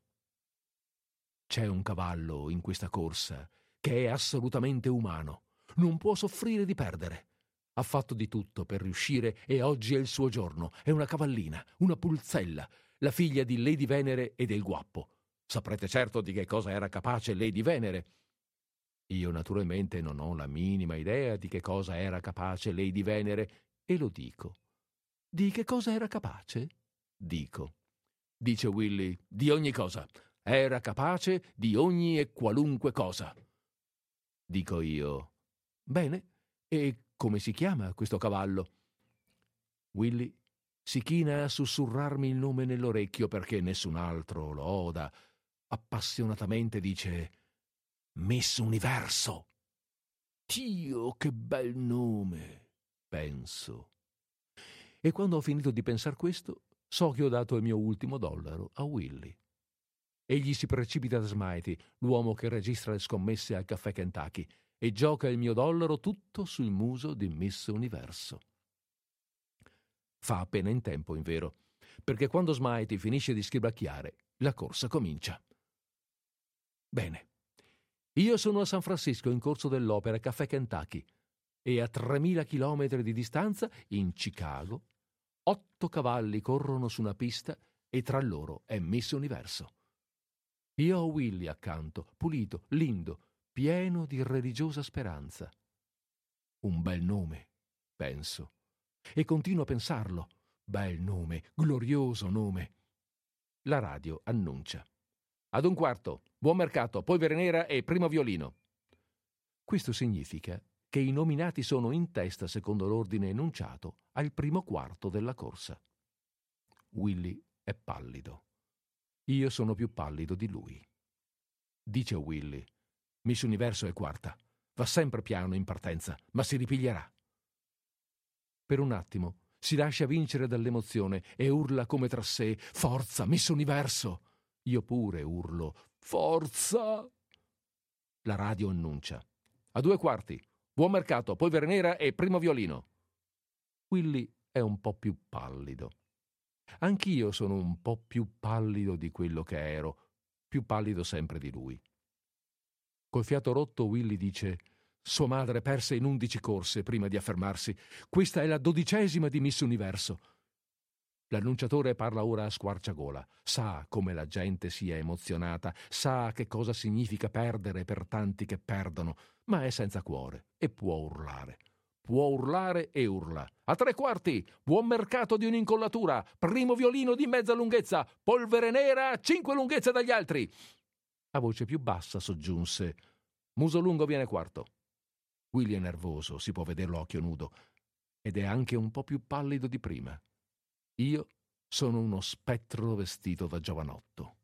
«C'è un cavallo in questa corsa che è assolutamente umano, non può soffrire di perdere. Ha fatto di tutto per riuscire e oggi è il suo giorno. È una cavallina, una pulzella, la figlia di Lady Venere e del Guappo. Saprete certo di che cosa era capace Lady Venere». Io naturalmente non ho la minima idea di che cosa era capace Lady Venere e lo dico. «Di che cosa era capace?» Dico. Dice Willy: «Di ogni cosa. Era capace di ogni e qualunque cosa». Dico io: «Bene, e come si chiama questo cavallo?» Willy si china a sussurrarmi il nome nell'orecchio perché nessun altro lo oda. appassionatamente dice Miss Universo. Dio, che bel nome, penso. E quando ho finito di pensar questo, so che ho dato il mio ultimo dollaro a Willy. Egli si precipita da Smitey, l'uomo che registra le scommesse al caffè Kentucky, e gioca il mio dollaro tutto sul muso di Miss Universo. Fa appena in tempo, invero, perché quando Smitey finisce di scribacchiare, la corsa comincia. Bene. Io sono a San Francisco in corso dell'opera Caffè Kentucky e a 3.000 chilometri di distanza, in Chicago, 8 cavalli corrono su una pista e tra loro è Miss Universo. Io ho Willy accanto, pulito, lindo, pieno di religiosa speranza. Un bel nome, penso, e continuo a pensarlo. Bel nome, glorioso nome. La radio annuncia. Ad 1:15, buon mercato, polvere nera e primo violino. Questo significa che i nominati sono in testa secondo l'ordine enunciato al primo quarto della corsa. Willy è pallido. Io sono più pallido di lui. Dice Willy, Miss Universo è quarta. Va sempre piano in partenza, ma si ripiglierà. Per un attimo si lascia vincere dall'emozione e urla come tra sé, forza, Miss Universo! Io pure urlo, forza! La radio annuncia. A 2:15, buon mercato, polvere nera e primo violino. Willy è un po' più pallido. Anch'io sono un po' più pallido di quello che ero, più pallido sempre di lui. Col fiato rotto Willy dice, sua madre perse in 11 corse prima di affermarsi. Questa è la 12ª di Miss Universo. L'annunciatore parla ora a squarciagola. Sa come la gente sia emozionata, sa che cosa significa perdere per tanti che perdono, ma è senza cuore e può urlare. Può urlare e urla. A 3:15, buon mercato di un'incollatura, primo violino di mezza lunghezza, polvere nera, 5 lunghezze dagli altri. A voce più bassa soggiunse, muso lungo viene quarto. Willy è nervoso, si può vederlo a occhio nudo, ed è anche un po' più pallido di prima. Io sono uno spettro vestito da giovanotto.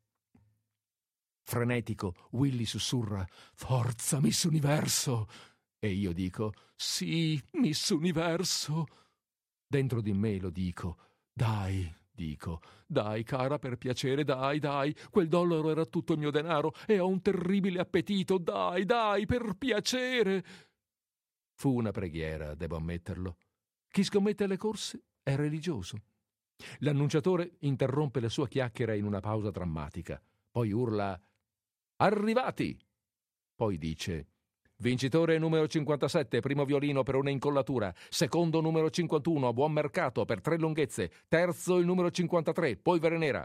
Frenetico, Willy sussurra, forza Miss Universo! E io dico, sì, Miss Universo! Dentro di me lo dico, dai cara, per piacere, dai, quel dollaro era tutto il mio denaro e ho un terribile appetito, dai, per piacere! Fu una preghiera, devo ammetterlo. Chi scommette alle corse è religioso. L'annunciatore interrompe la sua chiacchiera in una pausa drammatica. Poi urla «Arrivati!» Poi dice «Vincitore numero 57, primo violino per una incollatura. Secondo numero 51, a buon mercato per 3 lunghezze. Terzo il numero 53, polvere nera».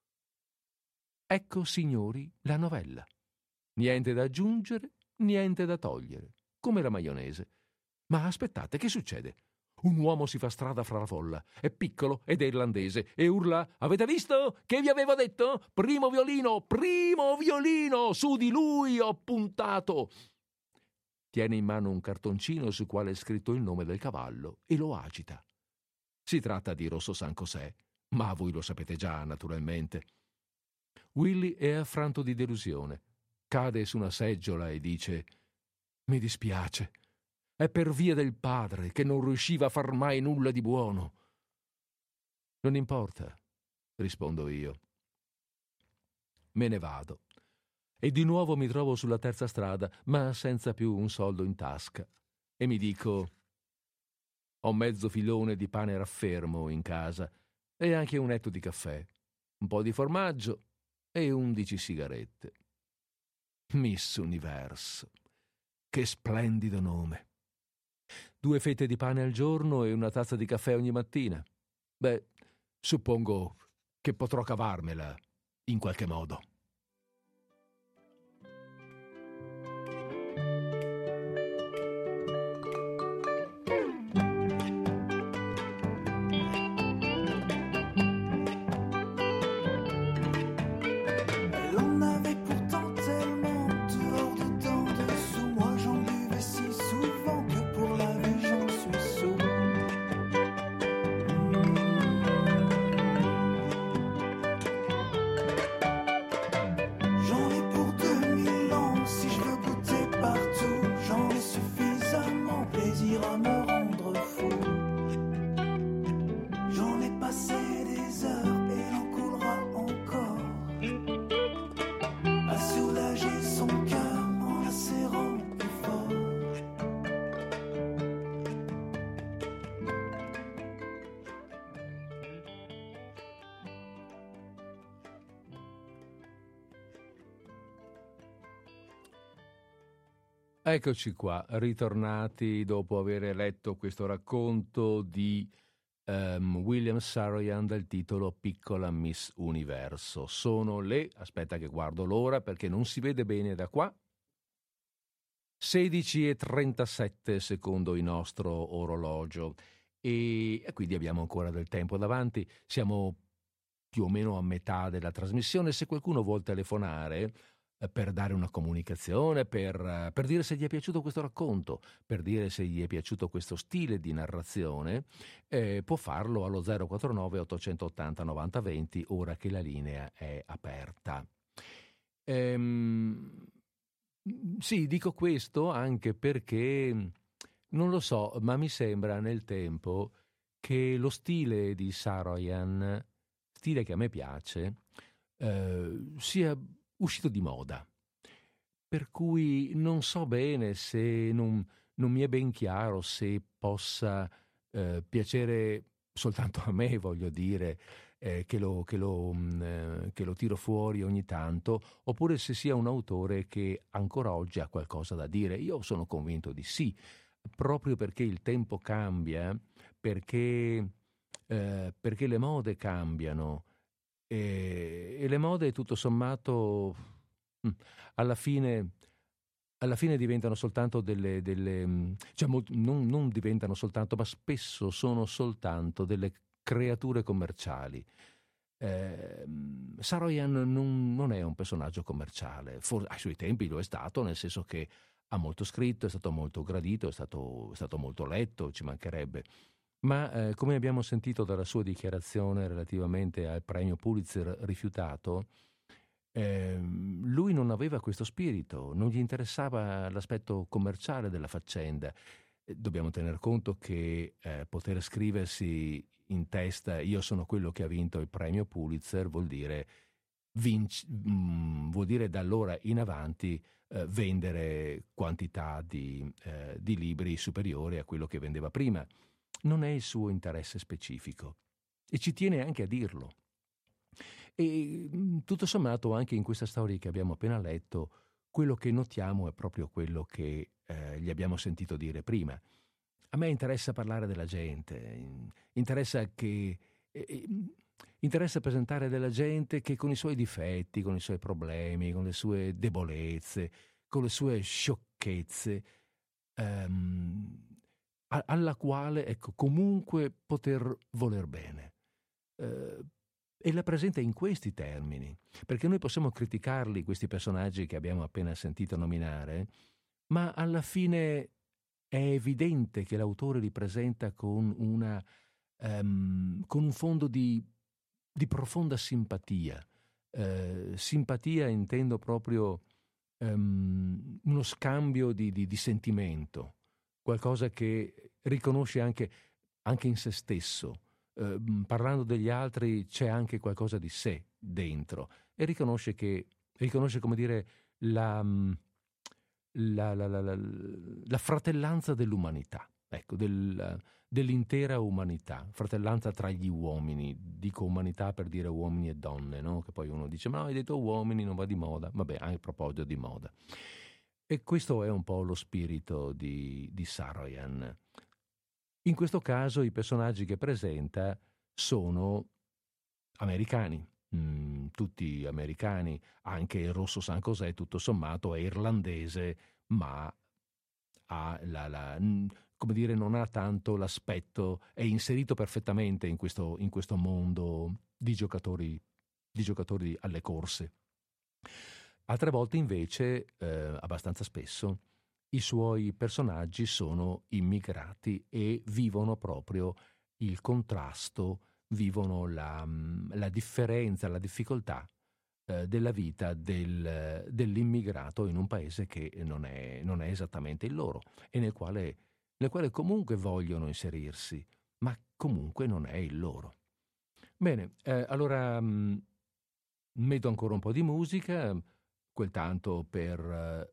Ecco, signori, la novella. Niente da aggiungere, niente da togliere. Come la maionese. Ma aspettate, che succede? Un uomo si fa strada fra la folla, è piccolo ed è irlandese e urla «Avete visto? Che vi avevo detto? Primo violino, su di lui ho puntato!» Tiene in mano un cartoncino sul quale è scritto il nome del cavallo e lo agita. Si tratta di Rosso San José, ma voi lo sapete già, naturalmente. Willy è affranto di delusione, cade su una seggiola e dice «Mi dispiace. È per via del padre che non riusciva a far mai nulla di buono». «Non importa», rispondo io. Me ne vado e di nuovo mi trovo sulla terza strada, ma senza più un soldo in tasca, e mi dico ho mezzo filone di pane raffermo in casa e anche un etto di caffè, un po' di formaggio e 11 sigarette. Miss Universo, che splendido nome! 2 fette di pane al giorno e una tazza di caffè ogni mattina. Beh, suppongo che potrò cavarmela in qualche modo. Eccoci qua, ritornati dopo aver letto questo racconto di William Saroyan dal titolo Piccola Miss Universo. Sono aspetta che guardo l'ora perché non si vede bene da qua, 16:37 secondo il nostro orologio e quindi abbiamo ancora del tempo davanti, siamo più o meno a metà della trasmissione. Se qualcuno vuol telefonare per dare una comunicazione, per dire se gli è piaciuto questo racconto, per dire se gli è piaciuto questo stile di narrazione, può farlo allo 049 880 9020 ora che la linea è aperta. Sì, dico questo anche perché, non lo so, ma mi sembra nel tempo che lo stile di Saroyan, stile che a me piace, sia uscito di moda. Per cui non so bene se non mi è ben chiaro se possa piacere soltanto a me, voglio dire, che lo tiro fuori ogni tanto, oppure se sia un autore che ancora oggi ha qualcosa da dire. Io sono convinto di sì, proprio perché il tempo cambia, perché le mode cambiano e le mode tutto sommato alla fine diventano soltanto cioè non diventano soltanto, ma spesso sono soltanto delle creature commerciali. Saroyan non è un personaggio commerciale, ai suoi tempi lo è stato, nel senso che ha molto scritto, è stato molto gradito, è stato molto letto, ci mancherebbe. Ma come abbiamo sentito dalla sua dichiarazione relativamente al premio Pulitzer rifiutato, lui non aveva questo spirito, non gli interessava l'aspetto commerciale della faccenda. Dobbiamo tener conto che poter scriversi in testa "io sono quello che ha vinto il premio Pulitzer" vuol dire da allora in avanti vendere quantità di libri superiori a quello che vendeva prima. Non è il suo interesse specifico e ci tiene anche a dirlo. E tutto sommato anche in questa storia che abbiamo appena letto, quello che notiamo è proprio quello che gli abbiamo sentito dire prima. A me interessa parlare della gente, interessa presentare della gente che con i suoi difetti, con i suoi problemi, con le sue debolezze, con le sue sciocchezze, alla quale, ecco, comunque poter voler bene. E la presenta in questi termini, perché noi possiamo criticarli, questi personaggi che abbiamo appena sentito nominare, ma alla fine è evidente che l'autore li presenta con un fondo di profonda simpatia. Simpatia intendo proprio uno scambio di sentimento, qualcosa che riconosce anche in se stesso. Parlando degli altri c'è anche qualcosa di sé dentro e riconosce come dire la fratellanza dell'umanità, ecco, dell'intera umanità, fratellanza tra gli uomini. Dico umanità per dire uomini e donne, no? Che poi uno dice ma no, hai detto uomini, non va di moda. Vabbè, anche a proposito di moda. E questo è un po' lo spirito di Saroyan. In questo caso i personaggi che presenta sono americani, tutti americani, anche il Rosso San José tutto sommato è irlandese, ma ha come dire, non ha tanto l'aspetto, è inserito perfettamente in questo mondo di giocatori alle corse. Altre volte invece, abbastanza spesso, i suoi personaggi sono immigrati e vivono proprio il contrasto, vivono la differenza, la difficoltà della vita dell'immigrato in un paese che non è esattamente il loro e nel quale comunque vogliono inserirsi, ma comunque non è il loro. Bene, allora metto ancora un po' di musica, quel tanto per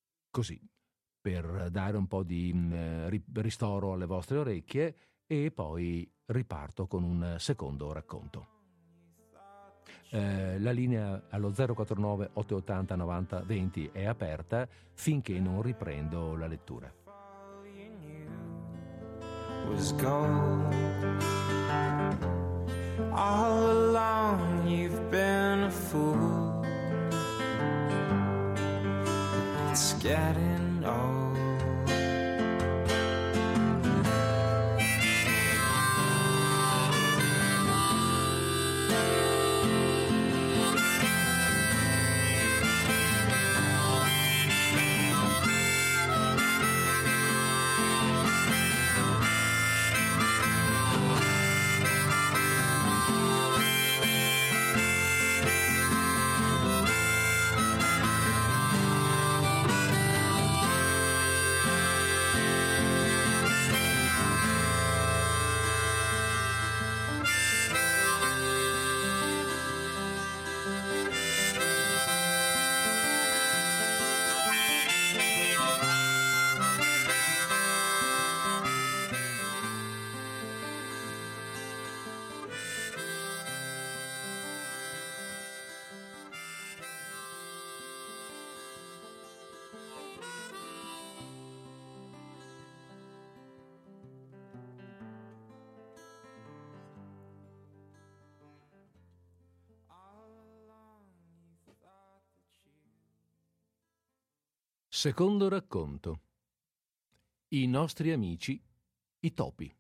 dare un po' di ristoro alle vostre orecchie e poi riparto con un secondo racconto. La linea allo 049 880 90 20 è aperta finché non riprendo la lettura. Was gold. All along you've been a fool. It's getting old. Secondo racconto. I nostri amici, i topi.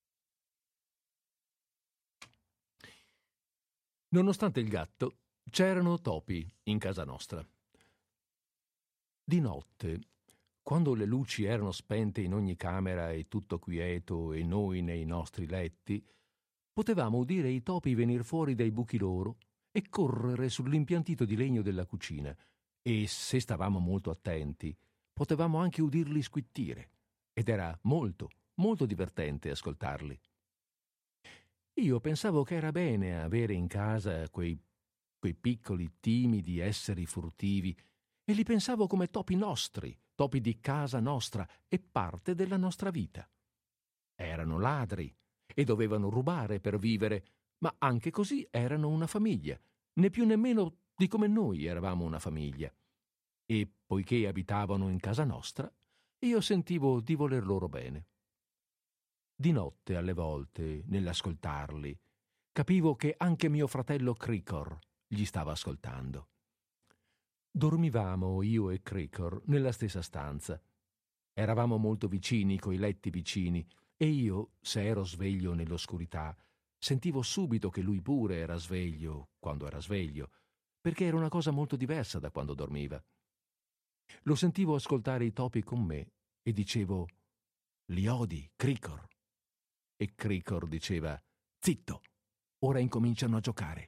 Nonostante il gatto, c'erano topi in casa nostra. Di notte, quando le luci erano spente in ogni camera e tutto quieto e noi nei nostri letti, potevamo udire i topi venir fuori dai buchi loro e correre sull'impiantito di legno della cucina. E se stavamo molto attenti, potevamo anche udirli squittire, ed era molto, molto divertente ascoltarli. Io pensavo che era bene avere in casa quei piccoli, timidi esseri furtivi, e li pensavo come topi nostri, topi di casa nostra e parte della nostra vita. Erano ladri e dovevano rubare per vivere, ma anche così erano una famiglia, né più né meno di come noi eravamo una famiglia. E poiché abitavano in casa nostra, io sentivo di voler loro bene. Di notte, alle volte, nell'ascoltarli, capivo che anche mio fratello Cricor gli stava ascoltando. Dormivamo, io e Cricor, nella stessa stanza. Eravamo molto vicini, coi letti vicini, e io, se ero sveglio nell'oscurità, sentivo subito che lui pure era sveglio quando era sveglio, perché era una cosa molto diversa da quando dormiva. Lo sentivo ascoltare i topi con me e dicevo: «Li odi, Cricor?» E Cricor diceva: «Zitto, ora incominciano a giocare».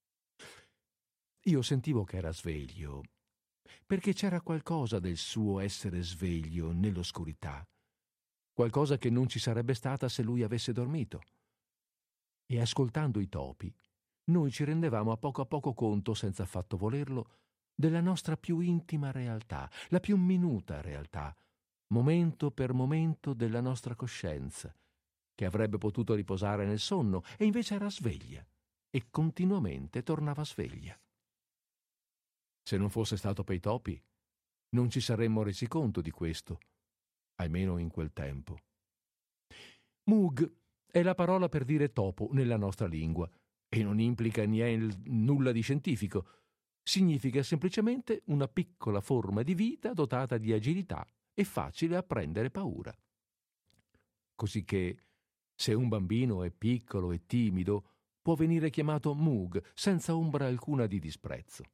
Io sentivo che era sveglio, perché c'era qualcosa del suo essere sveglio nell'oscurità, qualcosa che non ci sarebbe stata se lui avesse dormito. E ascoltando i topi, noi ci rendevamo a poco conto, senza affatto volerlo, della nostra più intima realtà, la più minuta realtà, momento per momento della nostra coscienza, che avrebbe potuto riposare nel sonno e invece era sveglia e continuamente tornava sveglia. Se non fosse stato per i topi, non ci saremmo resi conto di questo, almeno in quel tempo. Moog è la parola per dire topo nella nostra lingua e non implica nulla di scientifico. Significa semplicemente una piccola forma di vita dotata di agilità e facile a prendere paura. Cosicché, se un bambino è piccolo e timido, può venire chiamato Moog senza ombra alcuna di disprezzo.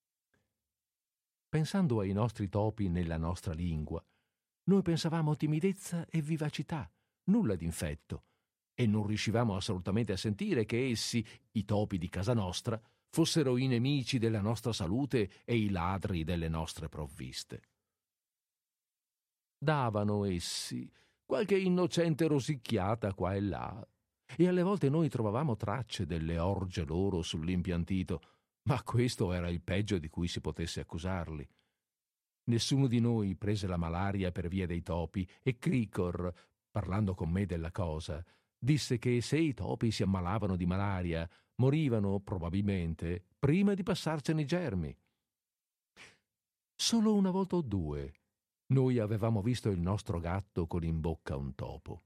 Pensando ai nostri topi nella nostra lingua, noi pensavamo timidezza e vivacità, nulla d'infetto, e non riuscivamo assolutamente a sentire che essi, i topi di casa nostra, fossero i nemici della nostra salute e i ladri delle nostre provviste. Davano essi qualche innocente rosicchiata qua e là, e alle volte noi trovavamo tracce delle orge loro sull'impiantito, ma questo era il peggio di cui si potesse accusarli. Nessuno di noi prese la malaria per via dei topi, e Cricor, parlando con me della cosa, disse che se i topi si ammalavano di malaria, morivano, probabilmente, prima di passarcene i germi. Solo una volta o due noi avevamo visto il nostro gatto con in bocca un topo.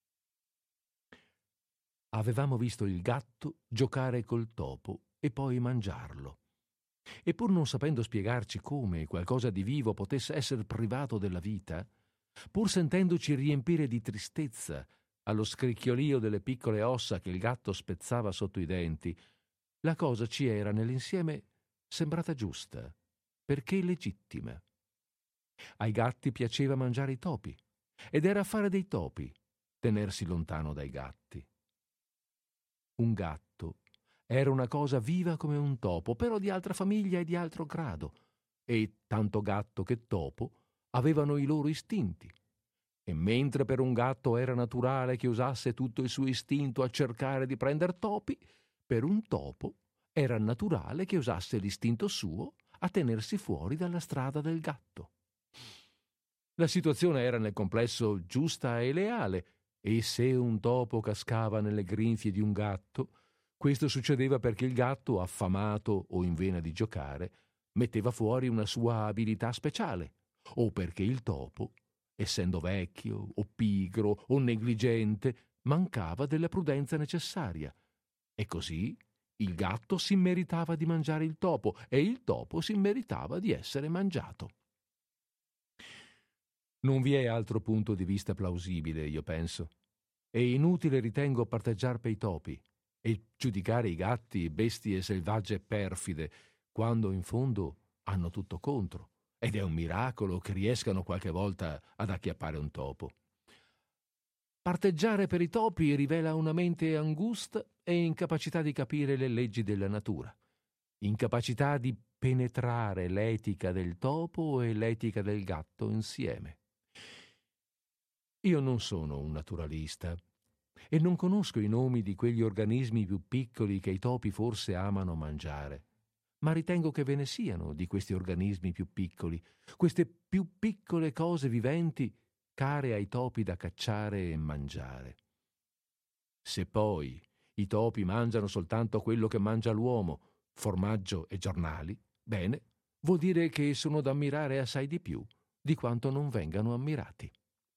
Avevamo visto il gatto giocare col topo e poi mangiarlo. E pur non sapendo spiegarci come qualcosa di vivo potesse essere privato della vita, pur sentendoci riempire di tristezza allo scricchiolio delle piccole ossa che il gatto spezzava sotto i denti, la cosa ci era nell'insieme sembrata giusta, perché legittima. Ai gatti piaceva mangiare i topi, ed era affare dei topi tenersi lontano dai gatti. Un gatto era una cosa viva come un topo, però di altra famiglia e di altro grado, e tanto gatto che topo avevano i loro istinti. E mentre per un gatto era naturale che usasse tutto il suo istinto a cercare di prender topi, per un topo era naturale che usasse l'istinto suo a tenersi fuori dalla strada del gatto. La situazione era nel complesso giusta e leale, e se un topo cascava nelle grinfie di un gatto, questo succedeva perché il gatto, affamato o in vena di giocare, metteva fuori una sua abilità speciale, o perché il topo, essendo vecchio o pigro o negligente, mancava della prudenza necessaria. E così il gatto si meritava di mangiare il topo e il topo si meritava di essere mangiato. Non vi è altro punto di vista plausibile, io penso. È inutile, ritengo, parteggiar pei topi e giudicare i gatti bestie selvagge e perfide, quando in fondo hanno tutto contro, ed è un miracolo che riescano qualche volta ad acchiappare un topo. Parteggiare per i topi rivela una mente angusta e incapacità di capire le leggi della natura, incapacità di penetrare l'etica del topo e l'etica del gatto insieme. Io non sono un naturalista e non conosco i nomi di quegli organismi più piccoli che i topi forse amano mangiare, ma ritengo che ve ne siano di questi organismi più piccoli, queste più piccole cose viventi care ai topi da cacciare e mangiare. Se poi i topi mangiano soltanto quello che mangia l'uomo, formaggio e giornali, bene, vuol dire che sono da ammirare assai di più di quanto non vengano ammirati.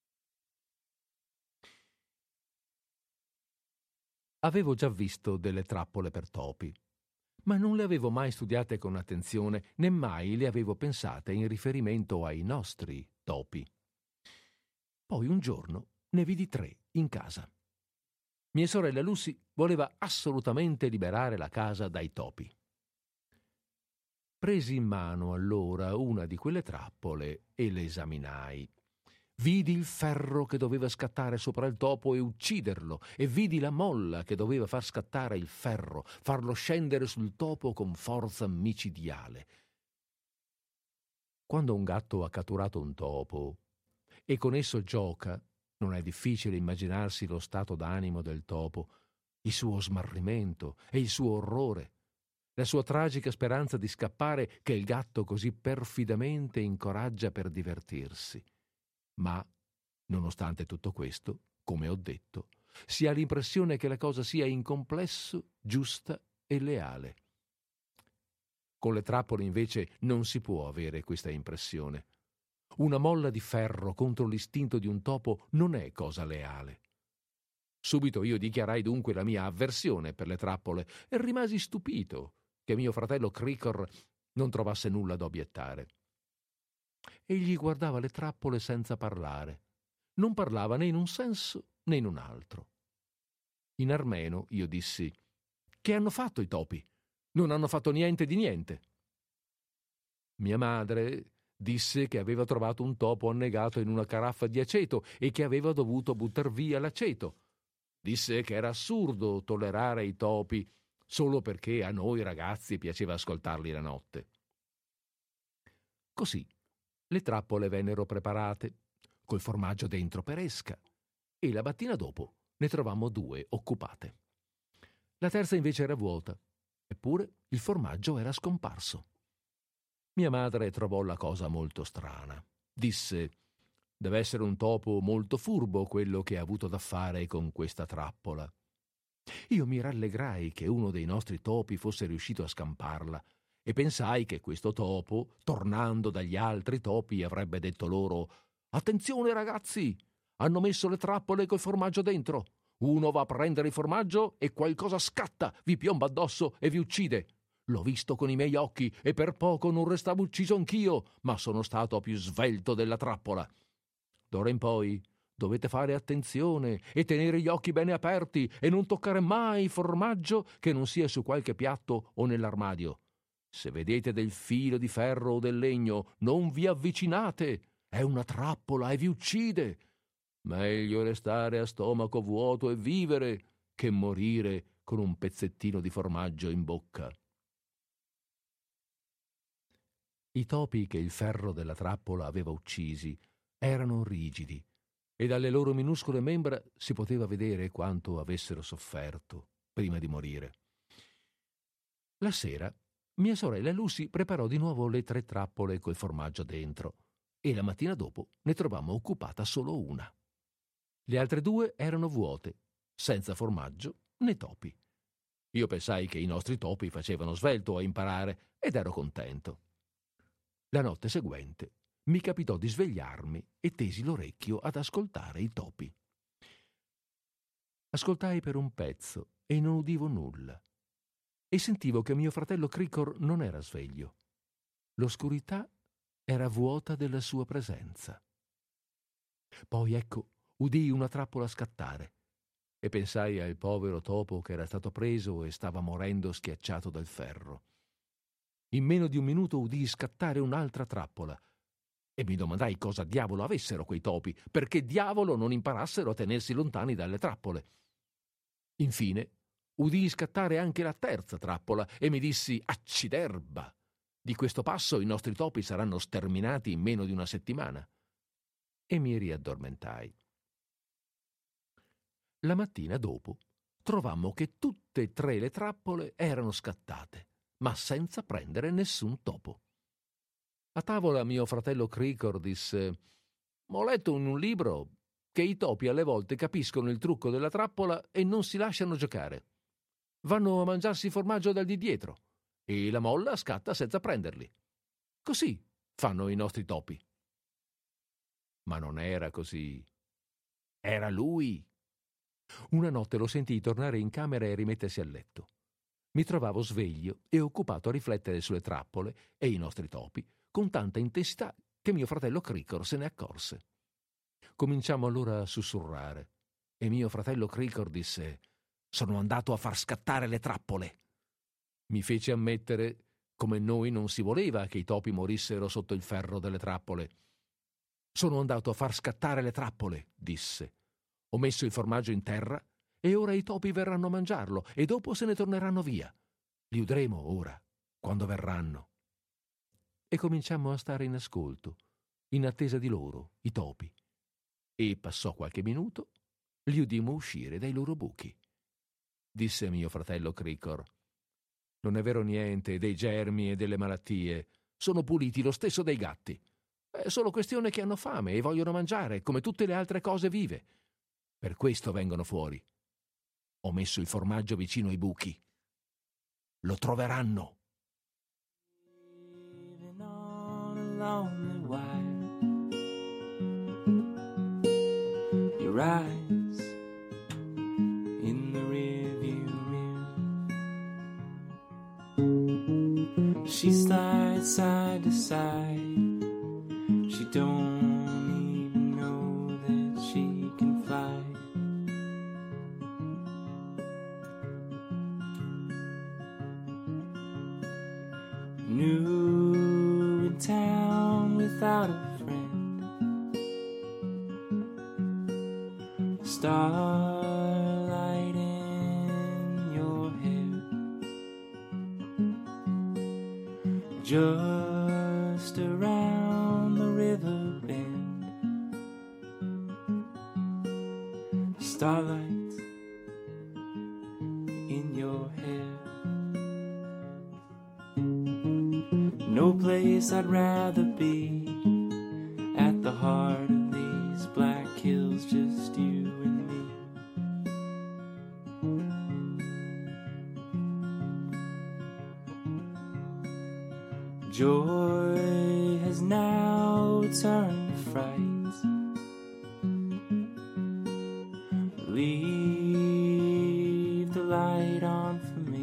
Avevo già visto delle trappole per topi, ma non le avevo mai studiate con attenzione, né mai le avevo pensate in riferimento ai nostri topi. Poi un giorno ne vidi 3 in casa. Mia sorella Lucy voleva assolutamente liberare la casa dai topi. Presi in mano allora una di quelle trappole e le esaminai. Vidi il ferro che doveva scattare sopra il topo e ucciderlo, e vidi la molla che doveva far scattare il ferro, farlo scendere sul topo con forza micidiale. Quando un gatto ha catturato un topo e con esso gioca, non è difficile immaginarsi lo stato d'animo del topo, il suo smarrimento e il suo orrore, la sua tragica speranza di scappare che il gatto così perfidamente incoraggia per divertirsi. Ma, nonostante tutto questo, come ho detto, si ha l'impressione che la cosa sia in complesso giusta e leale. Con le trappole, invece, non si può avere questa impressione. Una molla di ferro contro l'istinto di un topo non è cosa leale. Subito io dichiarai dunque la mia avversione per le trappole e rimasi stupito che mio fratello Cricor non trovasse nulla da obiettare. Egli guardava le trappole senza parlare. Non parlava né in un senso né in un altro. In armeno io dissi: «Che hanno fatto i topi? Non hanno fatto niente di niente». Mia madre disse che aveva trovato un topo annegato in una caraffa di aceto e che aveva dovuto buttar via l'aceto. Disse che era assurdo tollerare i topi solo perché a noi ragazzi piaceva ascoltarli la notte. Così le trappole vennero preparate, col formaggio dentro per esca, e la mattina dopo ne trovammo 2 occupate. La terza invece era vuota, eppure il formaggio era scomparso. Mia madre trovò la cosa molto strana. Disse: «Deve essere un topo molto furbo quello che ha avuto da fare con questa trappola». Io mi rallegrai che uno dei nostri topi fosse riuscito a scamparla e pensai che questo topo, tornando dagli altri topi, avrebbe detto loro: «Attenzione ragazzi! Hanno messo le trappole col formaggio dentro. Uno va a prendere il formaggio e qualcosa scatta, vi piomba addosso e vi uccide. L'ho visto con i miei occhi e per poco non restavo ucciso anch'io, ma sono stato più svelto della trappola. D'ora in poi dovete fare attenzione e tenere gli occhi bene aperti e non toccare mai formaggio che non sia su qualche piatto o nell'armadio. Se vedete del filo di ferro o del legno, non vi avvicinate. È una trappola e vi uccide. Meglio restare a stomaco vuoto e vivere che morire con un pezzettino di formaggio in bocca». I topi che il ferro della trappola aveva uccisi erano rigidi e dalle loro minuscole membra si poteva vedere quanto avessero sofferto prima di morire. La sera mia sorella Lucy preparò di nuovo le 3 trappole col formaggio dentro e la mattina dopo ne trovammo occupata solo una. Le altre 2 erano vuote, senza formaggio né topi. Io pensai che i nostri topi facevano svelto a imparare ed ero contento. La notte seguente mi capitò di svegliarmi e tesi l'orecchio ad ascoltare i topi. Ascoltai per un pezzo e non udivo nulla. E sentivo che mio fratello Cricor non era sveglio. L'oscurità era vuota della sua presenza. Poi ecco, udii una trappola scattare e pensai al povero topo che era stato preso e stava morendo schiacciato dal ferro. In meno di un minuto udii scattare un'altra trappola e mi domandai cosa diavolo avessero quei topi, perché diavolo non imparassero a tenersi lontani dalle trappole. Infine udii scattare anche la 3ª trappola e mi dissi: acciderba! Di questo passo i nostri topi saranno sterminati in meno di una settimana. E mi riaddormentai. La mattina dopo trovammo che tutte e 3 le trappole erano scattate, ma senza prendere nessun topo. A tavola mio fratello Cricor disse: «Ho letto in un libro che i topi alle volte capiscono il trucco della trappola e non si lasciano giocare. Vanno a mangiarsi il formaggio dal di dietro e la molla scatta senza prenderli. Così fanno i nostri topi». Ma non era così. Era lui. Una notte lo sentii tornare in camera e rimettersi a letto. Mi trovavo sveglio e occupato a riflettere sulle trappole e i nostri topi con tanta intensità che mio fratello Cricor se ne accorse. Cominciamo allora a sussurrare e mio fratello Cricor disse: «Sono andato a far scattare le trappole». Mi fece ammettere come noi non si voleva che i topi morissero sotto il ferro delle trappole. «Sono andato a far scattare le trappole», disse. «Ho messo il formaggio in terra e ora i topi verranno a mangiarlo e dopo se ne torneranno via. Li udremo ora, quando verranno». E cominciammo a stare in ascolto, in attesa di loro, i topi. E passò qualche minuto, li udimmo uscire dai loro buchi. Disse mio fratello Cricor: «Non è vero niente dei germi e delle malattie. Sono puliti lo stesso dei gatti. È solo questione che hanno fame e vogliono mangiare, come tutte le altre cose vive. Per questo vengono fuori. Ho messo il formaggio vicino ai buchi. Lo troveranno». Living on a lonely wire, your eyes in the rearview mirror. She slides side to side. She don't even know that she can fly. New in town without a friend, starlight in your hair, just around the river bend, starlight in your hair. No place I'd rather be, at the heart of these black hills, just you and me. Joy has now turned to fright. Leave the light on for me.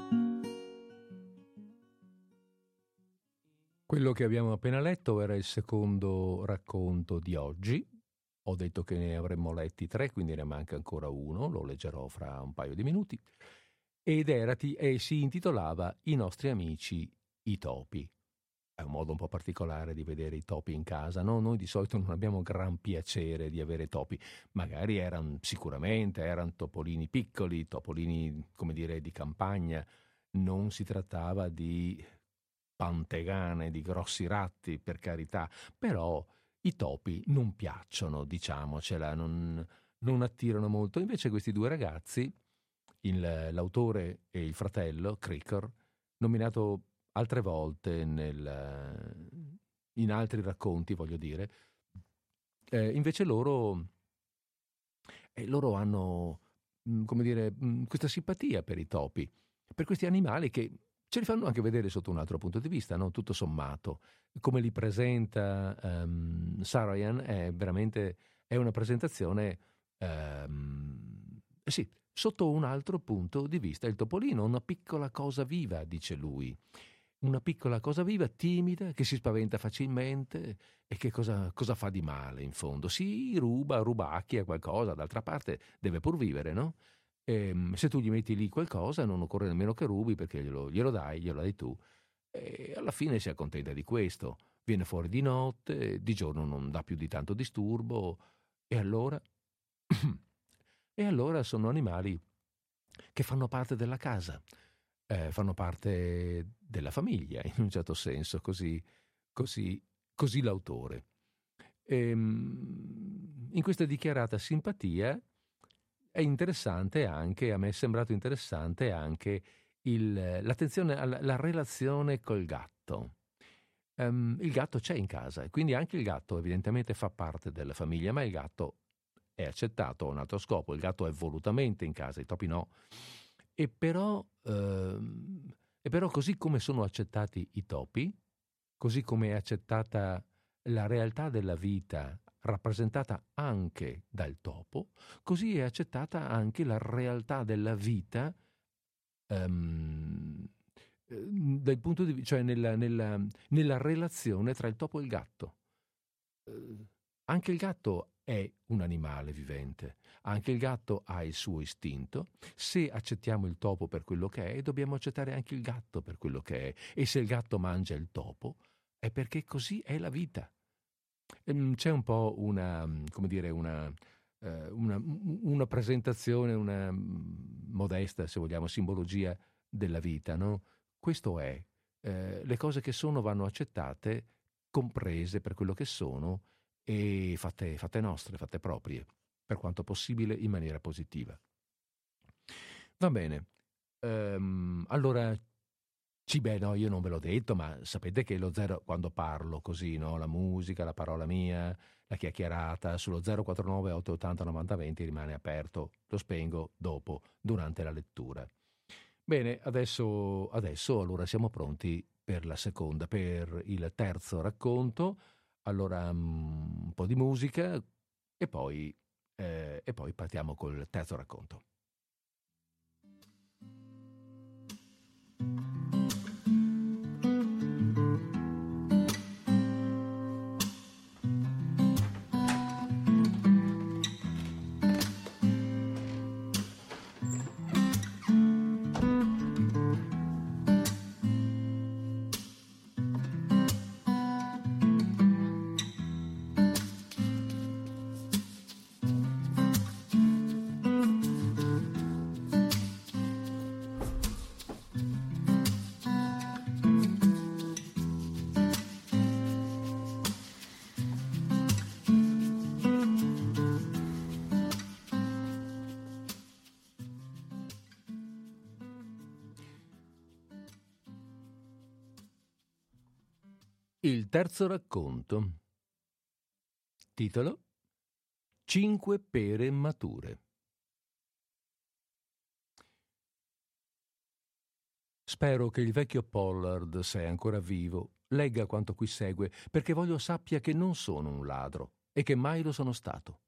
Quello che abbiamo appena letto era il secondo racconto di oggi. Ho detto che ne avremmo letti 3, quindi ne manca ancora uno, lo leggerò fra un paio di minuti. E si intitolava I nostri amici i topi. È un modo un po' particolare di vedere i topi in casa, no? Noi di solito non abbiamo gran piacere di avere topi. Magari sicuramente erano topolini piccoli, topolini, come dire, di campagna. Non si trattava di pantegane, di grossi ratti, per carità, però i topi non piacciono, diciamocela, non attirano molto. Invece questi due ragazzi, l'autore e il fratello, Cricker, nominato altre volte in altri racconti, voglio dire, invece loro hanno, come dire, questa simpatia per i topi, per questi animali che ce li fanno anche vedere sotto un altro punto di vista, no? Tutto sommato. Come li presenta Saroyan è una presentazione, sì, sotto un altro punto di vista. Il topolino è una piccola cosa viva, dice lui. Una piccola cosa viva, timida, che si spaventa facilmente e che cosa fa di male in fondo? Si rubacchia qualcosa, d'altra parte deve pur vivere, no? Se tu gli metti lì qualcosa non occorre nemmeno che rubi perché glielo dai tu e alla fine si accontenta di questo, viene fuori di notte, di giorno non dà più di tanto disturbo e allora sono animali che fanno parte della casa, fanno parte della famiglia in un certo senso, così l'autore. In questa dichiarata simpatia è interessante anche, a me è sembrato interessante anche l'attenzione alla relazione col gatto. Il gatto c'è in casa e quindi anche il gatto evidentemente fa parte della famiglia, ma il gatto è accettato a un altro scopo, il gatto è volutamente in casa, i topi no. E però così come sono accettati i topi, così come è accettata la realtà della vita rappresentata anche dal topo, così è accettata anche la realtà della vita dal punto di vista, cioè nella relazione tra il topo e il gatto. Anche il gatto è un animale vivente, anche il gatto ha il suo istinto. Se accettiamo il topo per quello che è, dobbiamo accettare anche il gatto per quello che è. E se il gatto mangia il topo, è perché così è la vita. C'è un po' una presentazione, una modesta, se vogliamo, simbologia della vita, no? Questo è. Le cose che sono vanno accettate, comprese per quello che sono e fatte nostre, fatte proprie, per quanto possibile in maniera positiva. Va bene. Allora, no, io non ve l'ho detto, ma sapete che lo zero, quando parlo così, no? La musica, la parola mia, la chiacchierata, sullo 049 880 9020 rimane aperto, lo spengo dopo, durante la lettura. Bene, adesso allora siamo pronti per il terzo racconto. Allora un po' di musica e poi partiamo col terzo racconto. Il terzo racconto. Titolo: 5 pere mature. Spero che il vecchio Pollard, se è ancora vivo, legga quanto qui segue, perché voglio sappia che non sono un ladro e che mai lo sono stato.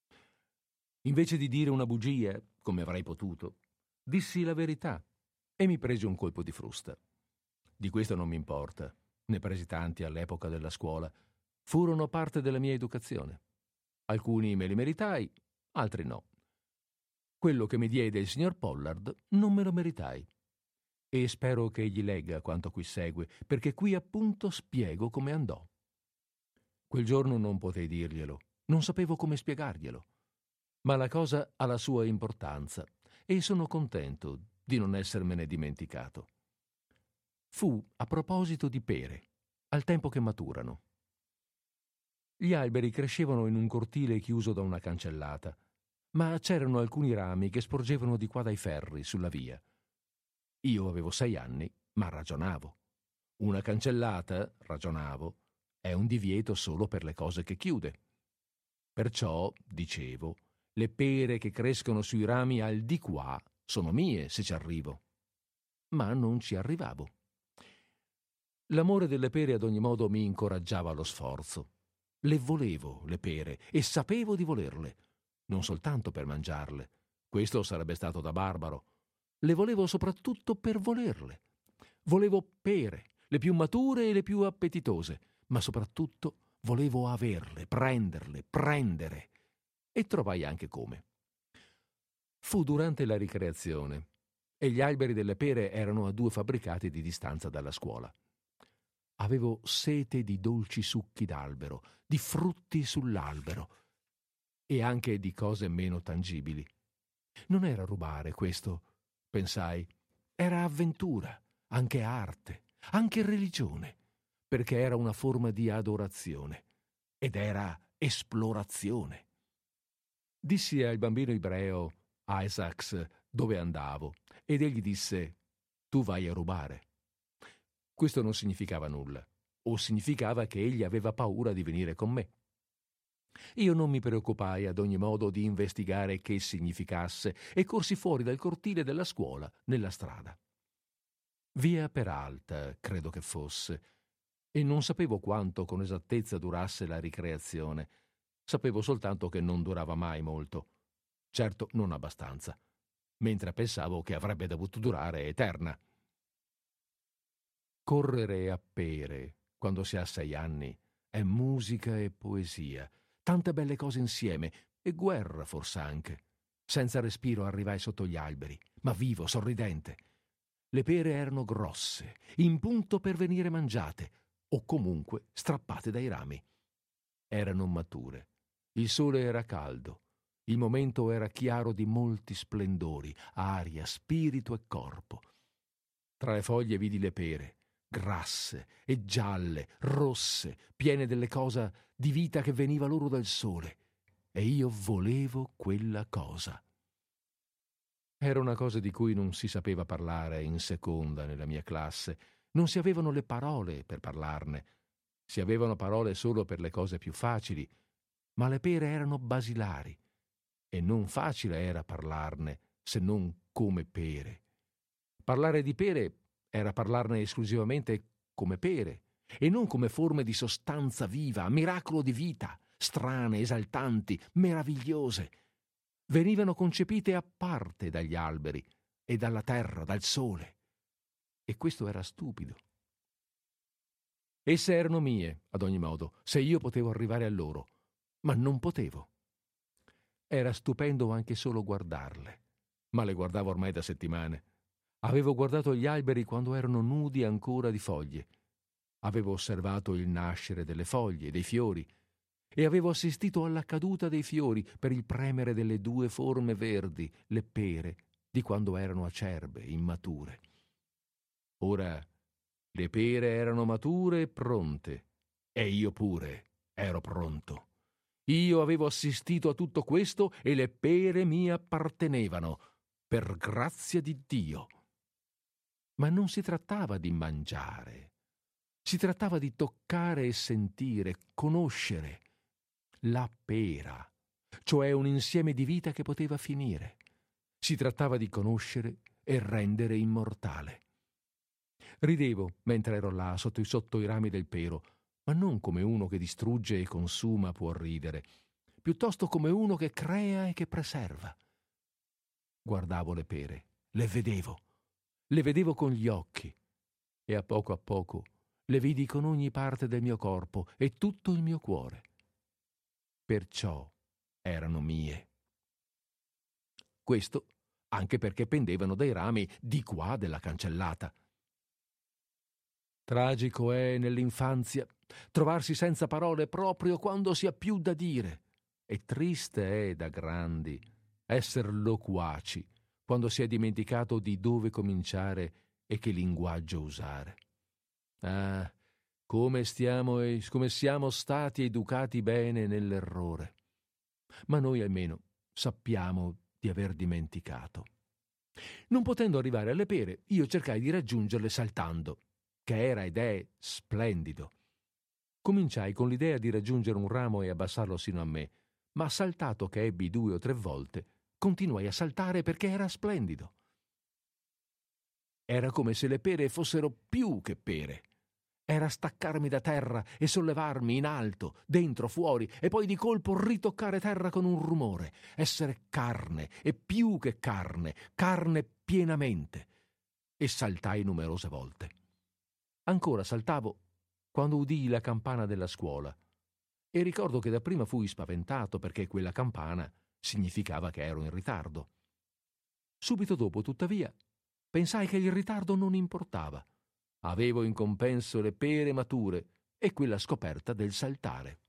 Invece di dire una bugia, come avrei potuto, dissi la verità e mi presi un colpo di frusta. Di questo non mi importa, ne presi tanti all'epoca della scuola. Furono parte della mia educazione. Alcuni me li meritai, altri no. Quello che mi diede il signor Pollard non me lo meritai. E spero che egli legga quanto qui segue, perché qui appunto spiego come andò. Quel giorno non potei dirglielo, non sapevo come spiegarglielo, ma la cosa ha la sua importanza e sono contento di non essermene dimenticato. Fu a proposito di pere, al tempo che maturano. Gli alberi crescevano in un cortile chiuso da una cancellata, ma c'erano alcuni rami che sporgevano di qua dai ferri sulla via. Io avevo 6 anni, ma ragionavo. Una cancellata, ragionavo, è un divieto solo per le cose che chiude. Perciò, dicevo, le pere che crescono sui rami al di qua sono mie se ci arrivo. Ma non ci arrivavo. L'amore delle pere ad ogni modo mi incoraggiava allo sforzo. Le volevo, le pere, e sapevo di volerle, non soltanto per mangiarle. Questo sarebbe stato da barbaro. Le volevo soprattutto per volerle. Volevo pere, le più mature e le più appetitose, ma soprattutto volevo averle, prenderle, prendere. E trovai anche come. Fu durante la ricreazione, e gli alberi delle pere erano a 2 fabbricati di distanza dalla scuola. Avevo sete di dolci succhi d'albero, di frutti sull'albero e anche di cose meno tangibili. Non era rubare questo, pensai, era avventura, anche arte, anche religione, perché era una forma di adorazione ed era esplorazione. Dissi al bambino ebreo Isaacs dove andavo ed egli disse: tu vai a rubare. Questo non significava nulla, o significava che egli aveva paura di venire con me. Io non mi preoccupai ad ogni modo di investigare che significasse e corsi fuori dal cortile della scuola nella strada. Via Peralta, credo che fosse, e non sapevo quanto con esattezza durasse la ricreazione. Sapevo soltanto che non durava mai molto. Certo, non abbastanza, mentre pensavo che avrebbe dovuto durare eterna. Correre a pere, quando si ha 6 anni, è musica e poesia, tante belle cose insieme, e guerra fors'anche. Senza respiro arrivai sotto gli alberi, ma vivo, sorridente. Le pere erano grosse, in punto per venire mangiate, o comunque strappate dai rami. Erano mature. Il sole era caldo. Il momento era chiaro di molti splendori, aria, spirito e corpo. Tra le foglie vidi le pere, grasse e gialle, rosse, piene delle cose di vita che veniva loro dal sole, e io volevo quella cosa. Era una cosa di cui non si sapeva parlare in seconda nella mia classe, non si avevano le parole per parlarne, si avevano parole solo per le cose più facili, ma le pere erano basilari, e non facile era parlarne se non come pere. Parlare di pere era parlarne esclusivamente come pere, e non come forme di sostanza viva, miracolo di vita, strane, esaltanti, meravigliose. Venivano concepite a parte dagli alberi e dalla terra, dal sole. E questo era stupido. Esse erano mie, ad ogni modo, se io potevo arrivare a loro, ma non potevo. Era stupendo anche solo guardarle, ma le guardavo ormai da settimane. Avevo guardato gli alberi quando erano nudi ancora di foglie. Avevo osservato il nascere delle foglie, dei fiori, e avevo assistito alla caduta dei fiori per il premere delle 2 forme verdi, le pere, di quando erano acerbe, immature. Ora le pere erano mature e pronte, e io pure ero pronto. Io avevo assistito a tutto questo e le pere mi appartenevano, per grazia di Dio. Ma non si trattava di mangiare, si trattava di toccare e sentire, conoscere la pera, cioè un insieme di vita che poteva finire. Si trattava di conoscere e rendere immortale. Ridevo mentre ero là sotto i rami del pero, ma non come uno che distrugge e consuma può ridere, piuttosto come uno che crea e che preserva. Guardavo le pere, le vedevo con gli occhi, e a poco le vidi con ogni parte del mio corpo e tutto il mio cuore. Perciò erano mie. Questo anche perché pendevano dai rami di qua della cancellata. Tragico è nell'infanzia trovarsi senza parole proprio quando si ha più da dire, e triste è da grandi esser loquaci quando si è dimenticato di dove cominciare e che linguaggio usare. Ah, come siamo stati educati bene nell'errore. Ma noi almeno sappiamo di aver dimenticato. Non potendo arrivare alle pere, io cercai di raggiungerle saltando, che era ed è splendido. Cominciai con l'idea di raggiungere un ramo e abbassarlo sino a me, ma saltato che ebbi 2 o 3 volte, continuai a saltare perché era splendido. Era come se le pere fossero più che pere. Era staccarmi da terra e sollevarmi in alto, dentro, fuori, e poi di colpo ritoccare terra con un rumore, essere carne, e più che carne pienamente. E saltai numerose volte. Ancora saltavo quando udii la campana della scuola, e ricordo che dapprima fui spaventato perché quella campana significava che ero in ritardo. Subito dopo, tuttavia, pensai che il ritardo non importava. Avevo in compenso le pere mature e quella scoperta del saltare.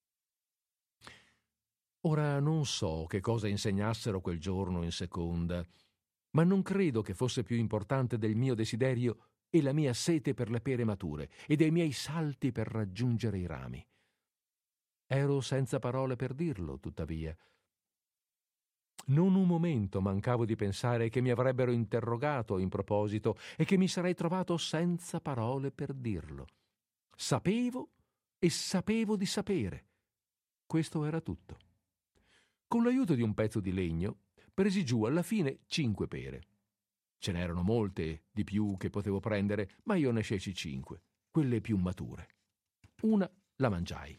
Ora non so che cosa insegnassero quel giorno in seconda, ma non credo che fosse più importante del mio desiderio e la mia sete per le pere mature e dei miei salti per raggiungere i rami. Ero senza parole per dirlo, tuttavia. Non un momento mancavo di pensare che mi avrebbero interrogato in proposito e che mi sarei trovato senza parole per dirlo. Sapevo e sapevo di sapere. Questo era tutto. Con l'aiuto di un pezzo di legno presi giù alla fine 5 pere. Ce n'erano molte di più che potevo prendere, ma io ne scesi 5, quelle più mature. Una la mangiai.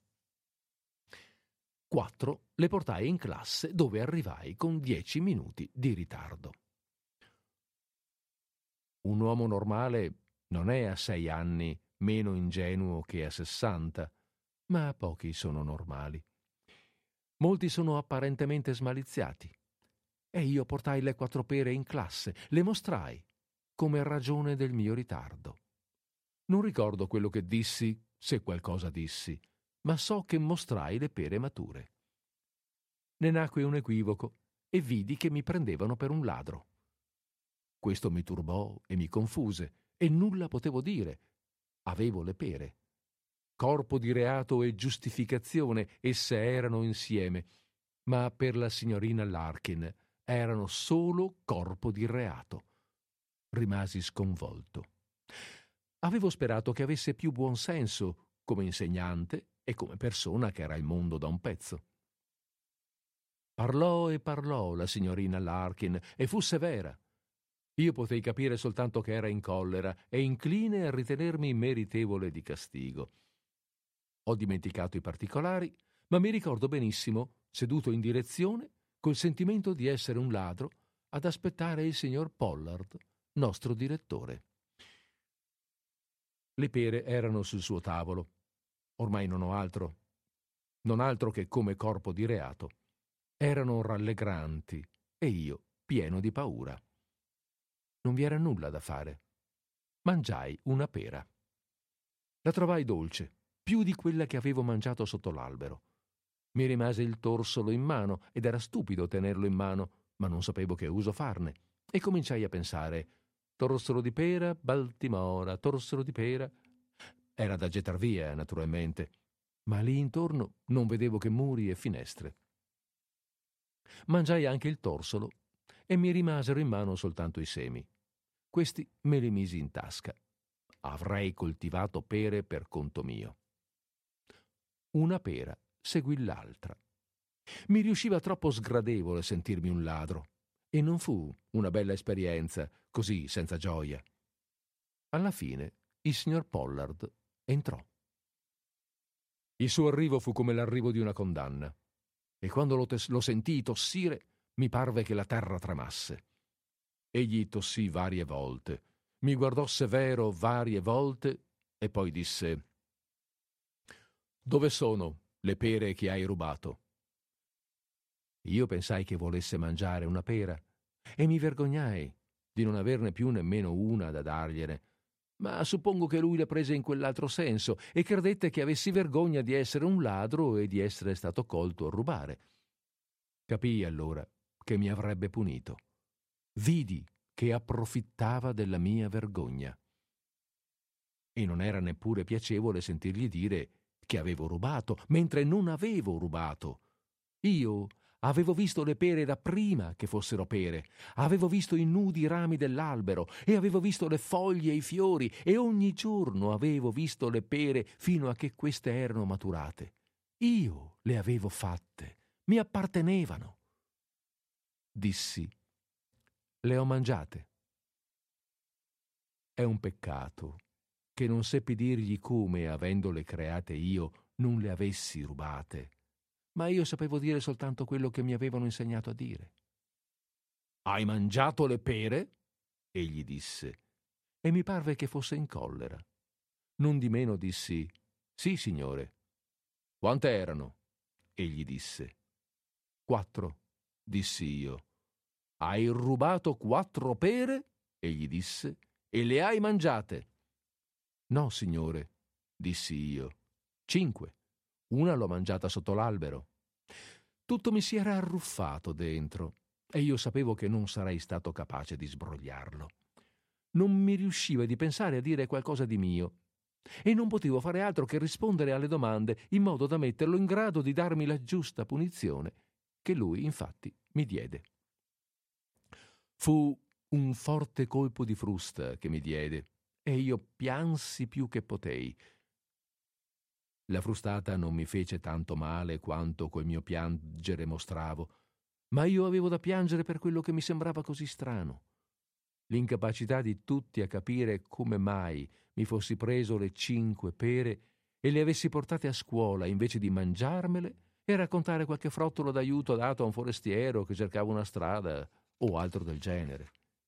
4 le portai in classe, dove arrivai con 10 minuti di ritardo. Un uomo normale non è a 6 anni meno ingenuo che a 60, ma pochi sono normali. Molti sono apparentemente smaliziati. E io portai le 4 pere in classe, le mostrai come ragione del mio ritardo. Non ricordo quello che dissi, se qualcosa dissi, ma so che mostrai le pere mature. Ne nacque un equivoco e vidi che mi prendevano per un ladro. Questo mi turbò e mi confuse e nulla potevo dire. Avevo le pere. Corpo di reato e giustificazione esse erano insieme, ma per la signorina Larkin erano solo corpo di reato. Rimasi sconvolto. Avevo sperato che avesse più buon senso come insegnante e come persona che era al mondo da un pezzo. Parlò e parlò la signorina Larkin e fu severa. Io potei capire soltanto che era in collera e incline a ritenermi meritevole di castigo. Ho dimenticato i particolari, ma mi ricordo benissimo, seduto in direzione, col sentimento di essere un ladro, ad aspettare il signor Pollard, nostro direttore. Le pere erano sul suo tavolo. Ormai non altro che come corpo di reato. Erano rallegranti e io pieno di paura. Non vi era nulla da fare. Mangiai una pera. La trovai dolce, più di quella che avevo mangiato sotto l'albero. Mi rimase il torsolo in mano ed era stupido tenerlo in mano, ma non sapevo che uso farne. E cominciai a pensare: torsolo di pera, Baltimora, torsolo di pera. Era da gettar via, naturalmente, ma lì intorno non vedevo che muri e finestre. Mangiai anche il torsolo e mi rimasero in mano soltanto i semi. Questi me li misi in tasca. Avrei coltivato pere per conto mio. Una pera seguì l'altra. Mi riusciva troppo sgradevole sentirmi un ladro, e non fu una bella esperienza, così senza gioia. Alla fine il signor Pollard entrò. Il suo arrivo fu come l'arrivo di una condanna, e quando lo sentii tossire mi parve che la terra tremasse. Egli tossì varie volte, mi guardò severo varie volte e poi disse: «Dove sono le pere che hai rubato?» Io pensai che volesse mangiare una pera e mi vergognai di non averne più nemmeno una da dargliene, ma suppongo che lui la prese in quell'altro senso e credette che avessi vergogna di essere un ladro e di essere stato colto a rubare. Capii allora che mi avrebbe punito. Vidi che approfittava della mia vergogna. E non era neppure piacevole sentirgli dire che avevo rubato, mentre non avevo rubato. Io avevo visto le pere da prima che fossero pere, avevo visto i nudi rami dell'albero e avevo visto le foglie e i fiori e ogni giorno avevo visto le pere fino a che queste erano maturate. Io le avevo fatte, mi appartenevano. Dissi: «Le ho mangiate». È un peccato che non seppi dirgli come, avendole create io, non le avessi rubate. Ma io sapevo dire soltanto quello che mi avevano insegnato a dire. «Hai mangiato le pere?» egli disse, e mi parve che fosse in collera. Non di meno dissi: «Sì, signore». «Quante erano?» egli disse. «4», dissi io. «Hai rubato 4 pere?» egli disse, «e le hai mangiate». «No, signore», dissi io. 5. Una l'ho mangiata sotto l'albero». Tutto mi si era arruffato dentro e io sapevo che non sarei stato capace di sbrogliarlo. Non mi riusciva di pensare a dire qualcosa di mio e non potevo fare altro che rispondere alle domande in modo da metterlo in grado di darmi la giusta punizione, che lui infatti mi diede. Fu un forte colpo di frusta che mi diede e io piansi più che potei. La frustata non mi fece tanto male quanto col mio piangere mostravo, ma io avevo da piangere per quello che mi sembrava così strano. L'incapacità di tutti a capire come mai mi fossi preso le 5 pere e le avessi portate a scuola invece di mangiarmele e raccontare qualche frottolo d'aiuto dato a un forestiero che cercava una strada o altro del genere.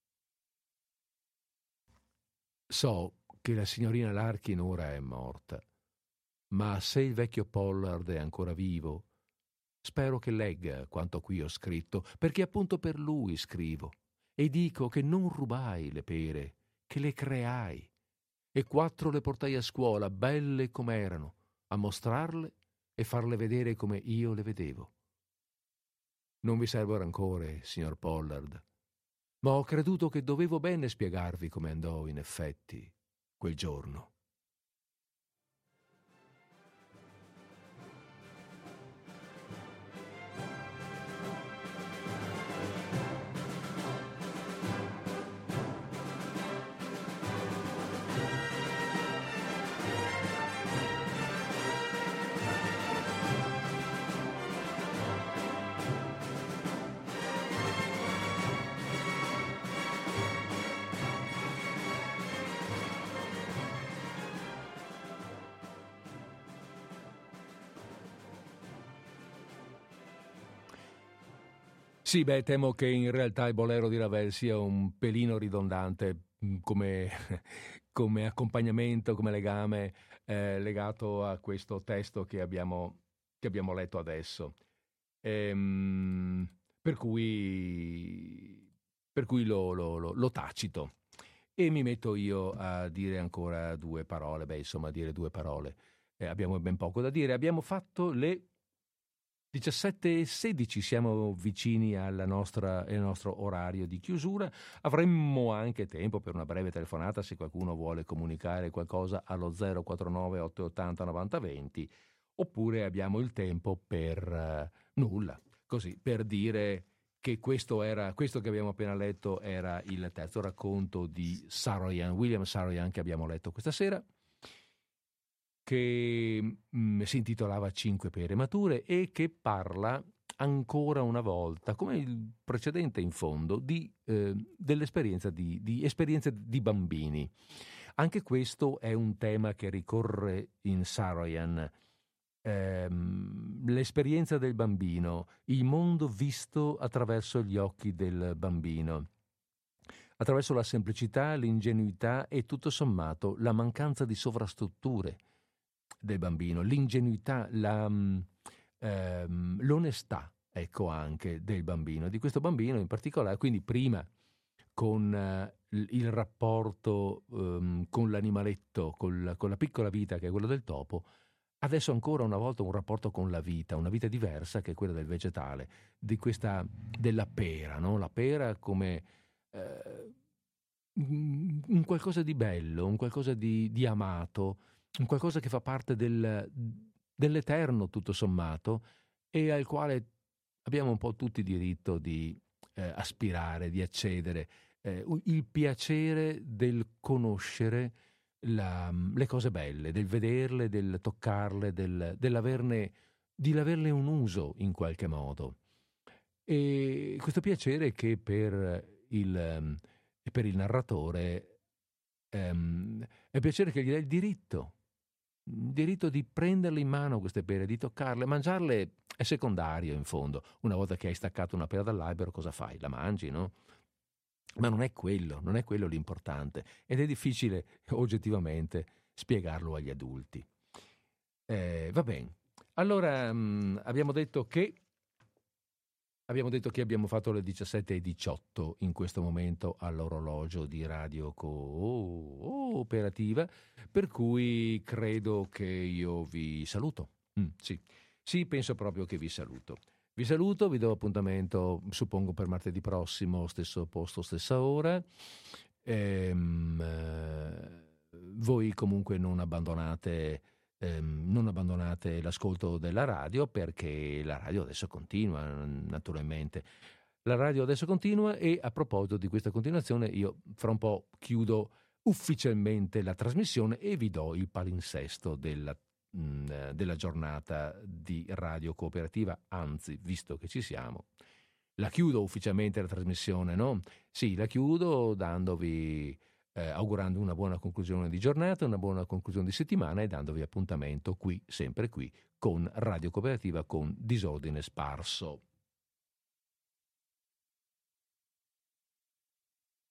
So che la signorina Larkin ora è morta, ma se il vecchio Pollard è ancora vivo, spero che legga quanto qui ho scritto, perché appunto per lui scrivo, e dico che non rubai le pere, che le creai, e 4 le portai a scuola, belle com'erano, a mostrarle e farle vedere come io le vedevo. Non vi servo rancore, signor Pollard, ma ho creduto che dovevo bene spiegarvi come andò in effetti quel giorno. Sì, temo che in realtà il bolero di Ravel sia un pelino ridondante come, come accompagnamento, come legame legato a questo testo che abbiamo letto adesso. Per cui lo tacito. E mi metto io a dire ancora 2 parole, dire 2 parole. Abbiamo ben poco da dire. Abbiamo fatto le 17:16, siamo vicini al nostro orario di chiusura. Avremmo anche tempo per una breve telefonata se qualcuno vuole comunicare qualcosa allo 049 880 9020, oppure abbiamo il tempo per nulla, così per dire che questo che abbiamo appena letto era il terzo racconto di Saroyan, William Saroyan, che abbiamo letto questa sera, che si intitolava 5 pere mature e che parla ancora una volta, come il precedente in fondo, dell'esperienza di esperienze di bambini. Anche questo è un tema che ricorre in Saroyan. L'esperienza del bambino, il mondo visto attraverso gli occhi del bambino, attraverso la semplicità, l'ingenuità e tutto sommato la mancanza di sovrastrutture del bambino, l'ingenuità, l'onestà, ecco, anche del bambino, di questo bambino in particolare. Quindi prima con il rapporto con l'animaletto, con la piccola vita che è quella del topo, adesso ancora una volta un rapporto con la vita, una vita diversa che è quella del vegetale, della pera, no? La pera come un qualcosa di bello, un qualcosa di amato, un qualcosa che fa parte dell'eterno tutto sommato e al quale abbiamo un po' tutti diritto di aspirare, di accedere, il piacere del conoscere le cose belle, del vederle, del toccarle, di averne un uso in qualche modo. E questo piacere che per il narratore è il piacere che gli dà il diritto di prenderle in mano queste pere, di toccarle. Mangiarle è secondario in fondo. Una volta che hai staccato una pera dall'albero, cosa fai? La mangi, no? Ma non è quello l'importante, ed è difficile oggettivamente spiegarlo agli adulti. Va bene. Allora abbiamo detto che abbiamo fatto le 17:18 in questo momento all'orologio di Radio Cooperativa, per cui credo che io vi saluto. Sì, penso proprio che vi saluto. Vi saluto, vi do appuntamento, suppongo, per martedì prossimo, stesso posto, stessa ora. Voi comunque non abbandonate l'ascolto della radio, perché la radio adesso continua, naturalmente. La radio adesso continua, e a proposito di questa continuazione io fra un po' chiudo ufficialmente la trasmissione e vi do il palinsesto della giornata di Radio Cooperativa. Anzi, visto che ci siamo, la chiudo ufficialmente la trasmissione, no? Sì, la chiudo dandovi augurando una buona conclusione di giornata, una buona conclusione di settimana, e dandovi appuntamento qui, sempre qui, con Radio Cooperativa, con Disordine Sparso.